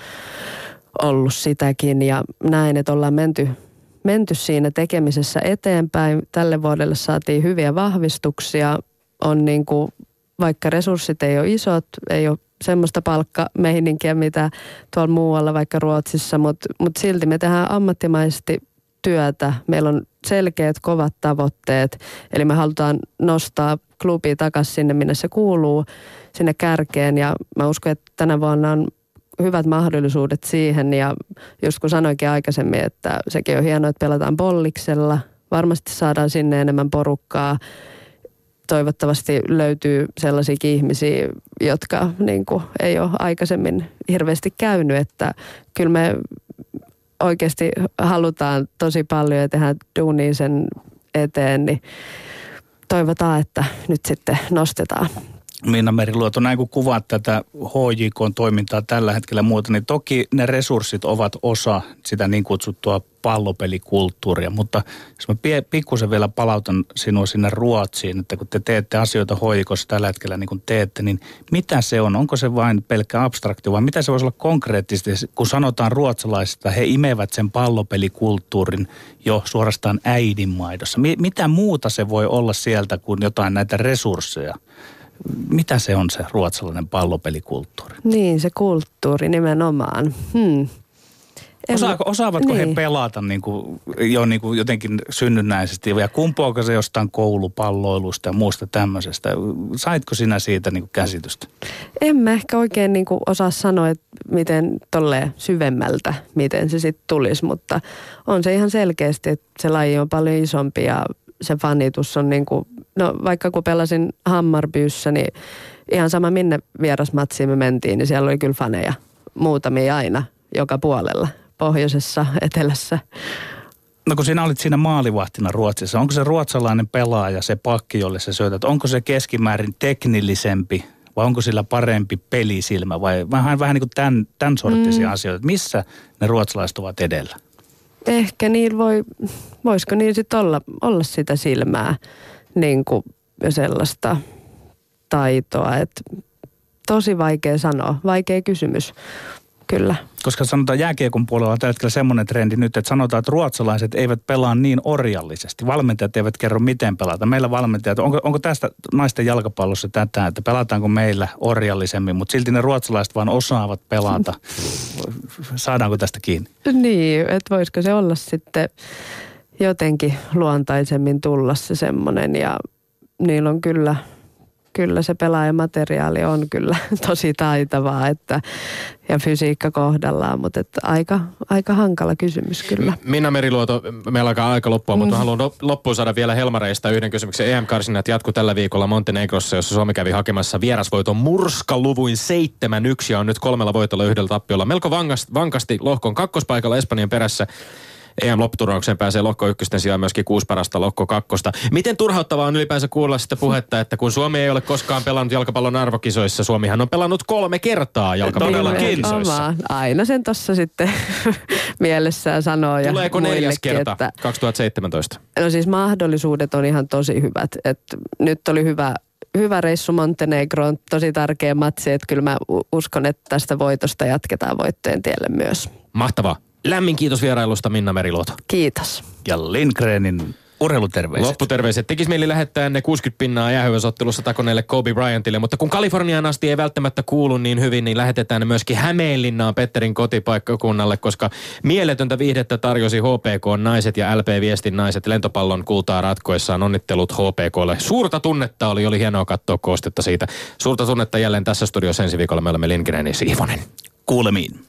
ollut sitäkin ja näin, että ollaan menty, menty siinä tekemisessä eteenpäin. Tälle vuodelle saatiin hyviä vahvistuksia, on niin kuin, vaikka resurssit ei ole isot, ei ole semmoista palkkameininkiä, mitä tuolla muualla vaikka Ruotsissa, mutta, mutta silti me tehdään ammattimaisesti työtä. Meillä on selkeät, kovat tavoitteet, eli me halutaan nostaa klubi takaisin sinne, minne se kuuluu, sinne kärkeen, ja mä uskon, että tänä vuonna on hyvät mahdollisuudet siihen, ja just kun sanoinkin aikaisemmin, että sekin on hienoa, että pelataan bolliksella, varmasti saadaan sinne enemmän porukkaa, toivottavasti löytyy sellaisiakin ihmisiä, jotka niin kuin, ei ole aikaisemmin hirveästi käynyt, että kyllä me oikeasti halutaan tosi paljon ja tehdään duunia sen eteen, niin toivotaan, että nyt sitten nostetaan. Minna Meriluoto, näin kun kuvaat tätä H J K-toimintaa tällä hetkellä muuta, niin toki ne resurssit ovat osa sitä niin kutsuttua pallopelikulttuuria, mutta jos mä pikkusen vielä palautan sinua sinne Ruotsiin, että kun te teette asioita H J K:ssa tällä hetkellä niin kuin teette, niin mitä se on? Onko se vain pelkkä abstraktio vai mitä se voisi olla konkreettisesti, kun sanotaan ruotsalaisista, he imevät sen pallopelikulttuurin jo suorastaan äidinmaidossa. Mitä muuta se voi olla sieltä kuin jotain näitä resursseja? Mitä se on se ruotsalainen pallopelikulttuuri? Niin, se kulttuuri nimenomaan. Hmm. Osaako, osaavatko niin. he pelata niin kuin, jo niin kuin jotenkin synnynnäisesti ja kumpuako se jostain koulupalloilusta ja muusta tämmöisestä? Saitko sinä siitä niin kuin käsitystä? En mä ehkä oikein niin kuin osaa sanoa, että miten tolleen syvemmältä, miten se sitten tulisi, mutta on se ihan selkeästi, että se laji on paljon isompi ja se fanitus on niin kuin, no vaikka kun pelasin Hammarbyssä, niin ihan sama minne vierasmatsiin me mentiin, niin siellä oli kyllä faneja muutamia aina joka puolella. Pohjoisessa, etelässä. No kun sinä olit siinä maalivahtina Ruotsissa, onko se ruotsalainen pelaaja, se pakki, jolle sä syötät, onko se keskimäärin teknillisempi vai onko sillä parempi pelisilmä vai vähän, vähän niin kuin tämän, tämän sorttisia mm. asioita? Missä ne ruotsalaiset ovat edellä? Ehkä niin voi, voisiko niin sitten olla, olla sitä silmää niin kuin ja sellaista taitoa, että tosi vaikea sanoa, vaikea kysymys. Kyllä. Koska sanotaan jääkiekon puolella on tällä hetkellä semmoinen trendi nyt, että sanotaan, että ruotsalaiset eivät pelaa niin orjallisesti. Valmentajat eivät kerro, miten pelata. Meillä valmentajat, onko, onko tästä naisten jalkapallossa tätä, että pelataanko meillä orjallisemmin, mutta silti ne ruotsalaiset vaan osaavat pelata. Saadaanko tästä kiinni? Niin, että voisiko se olla sitten jotenkin luontaisemmin tulla se semmoinen ja niillä on kyllä... Kyllä se pelaajamateriaali on kyllä tosi taitavaa että, ja fysiikka kohdallaan, mutta että aika, aika hankala kysymys kyllä. Minna Meriluoto, meillä alkaa aika loppua, mm. mutta mä haluan loppuun saada vielä Helmareista yhden kysymyksen. E M-karsinnat jatku tällä viikolla Montenegrossa, jossa Suomi kävi hakemassa vierasvoiton murskaluvuin seitsemän yksi ja on nyt kolmella voitolla yhdellä tappiolla. Melko vankasti lohkon kakkospaikalla Espanjan perässä. E M-lopputurnaukseen pääsee lohko ykkösten sijaan myöskin kuusi parasta lohko kakkosta. Miten turhauttavaa on ylipäänsä kuulla sitä puhetta, että kun Suomi ei ole koskaan pelannut jalkapallon arvokisoissa, Suomihan on pelannut kolme kertaa jalkapallon arvokisoissa. Aina sen tossa sitten mielessään sanoo. Tuleeko neljäs kerta että, kaksituhattaseitsemäntoista? No siis mahdollisuudet on ihan tosi hyvät. Et nyt oli hyvä, hyvä reissu Montenegroon, tosi tärkeä matsi, että kyllä mä uskon, että tästä voitosta jatketaan voittojen tielle myös. Mahtavaa. Lämmin kiitos vierailusta Minna Meriluoto. Kiitos. Ja Lindgrenin urheiluterveiset. Lopputerveiset. Tekisi mieli lähettää ne kuusikymmentä pinnaa jäähyväisottelussa takoneelle Kobe Bryantille, mutta kun Kaliforniaan asti ei välttämättä kuulu niin hyvin, niin lähetetään ne myöskin Hämeenlinnaan Petterin kotipaikkakunnalle, koska mieletöntä viihdettä tarjosi H P K-naiset ja L P-viestin naiset lentopallon kultaa ratkoissaan. Onnittelut H P K:lle. Suurta tunnetta oli, oli hienoa katsoa koostetta siitä. Suurta tunnetta jälleen tässä studiossa ensi viikolla. Me olemme Lindgren ja Sihvonen. Kuulemiin.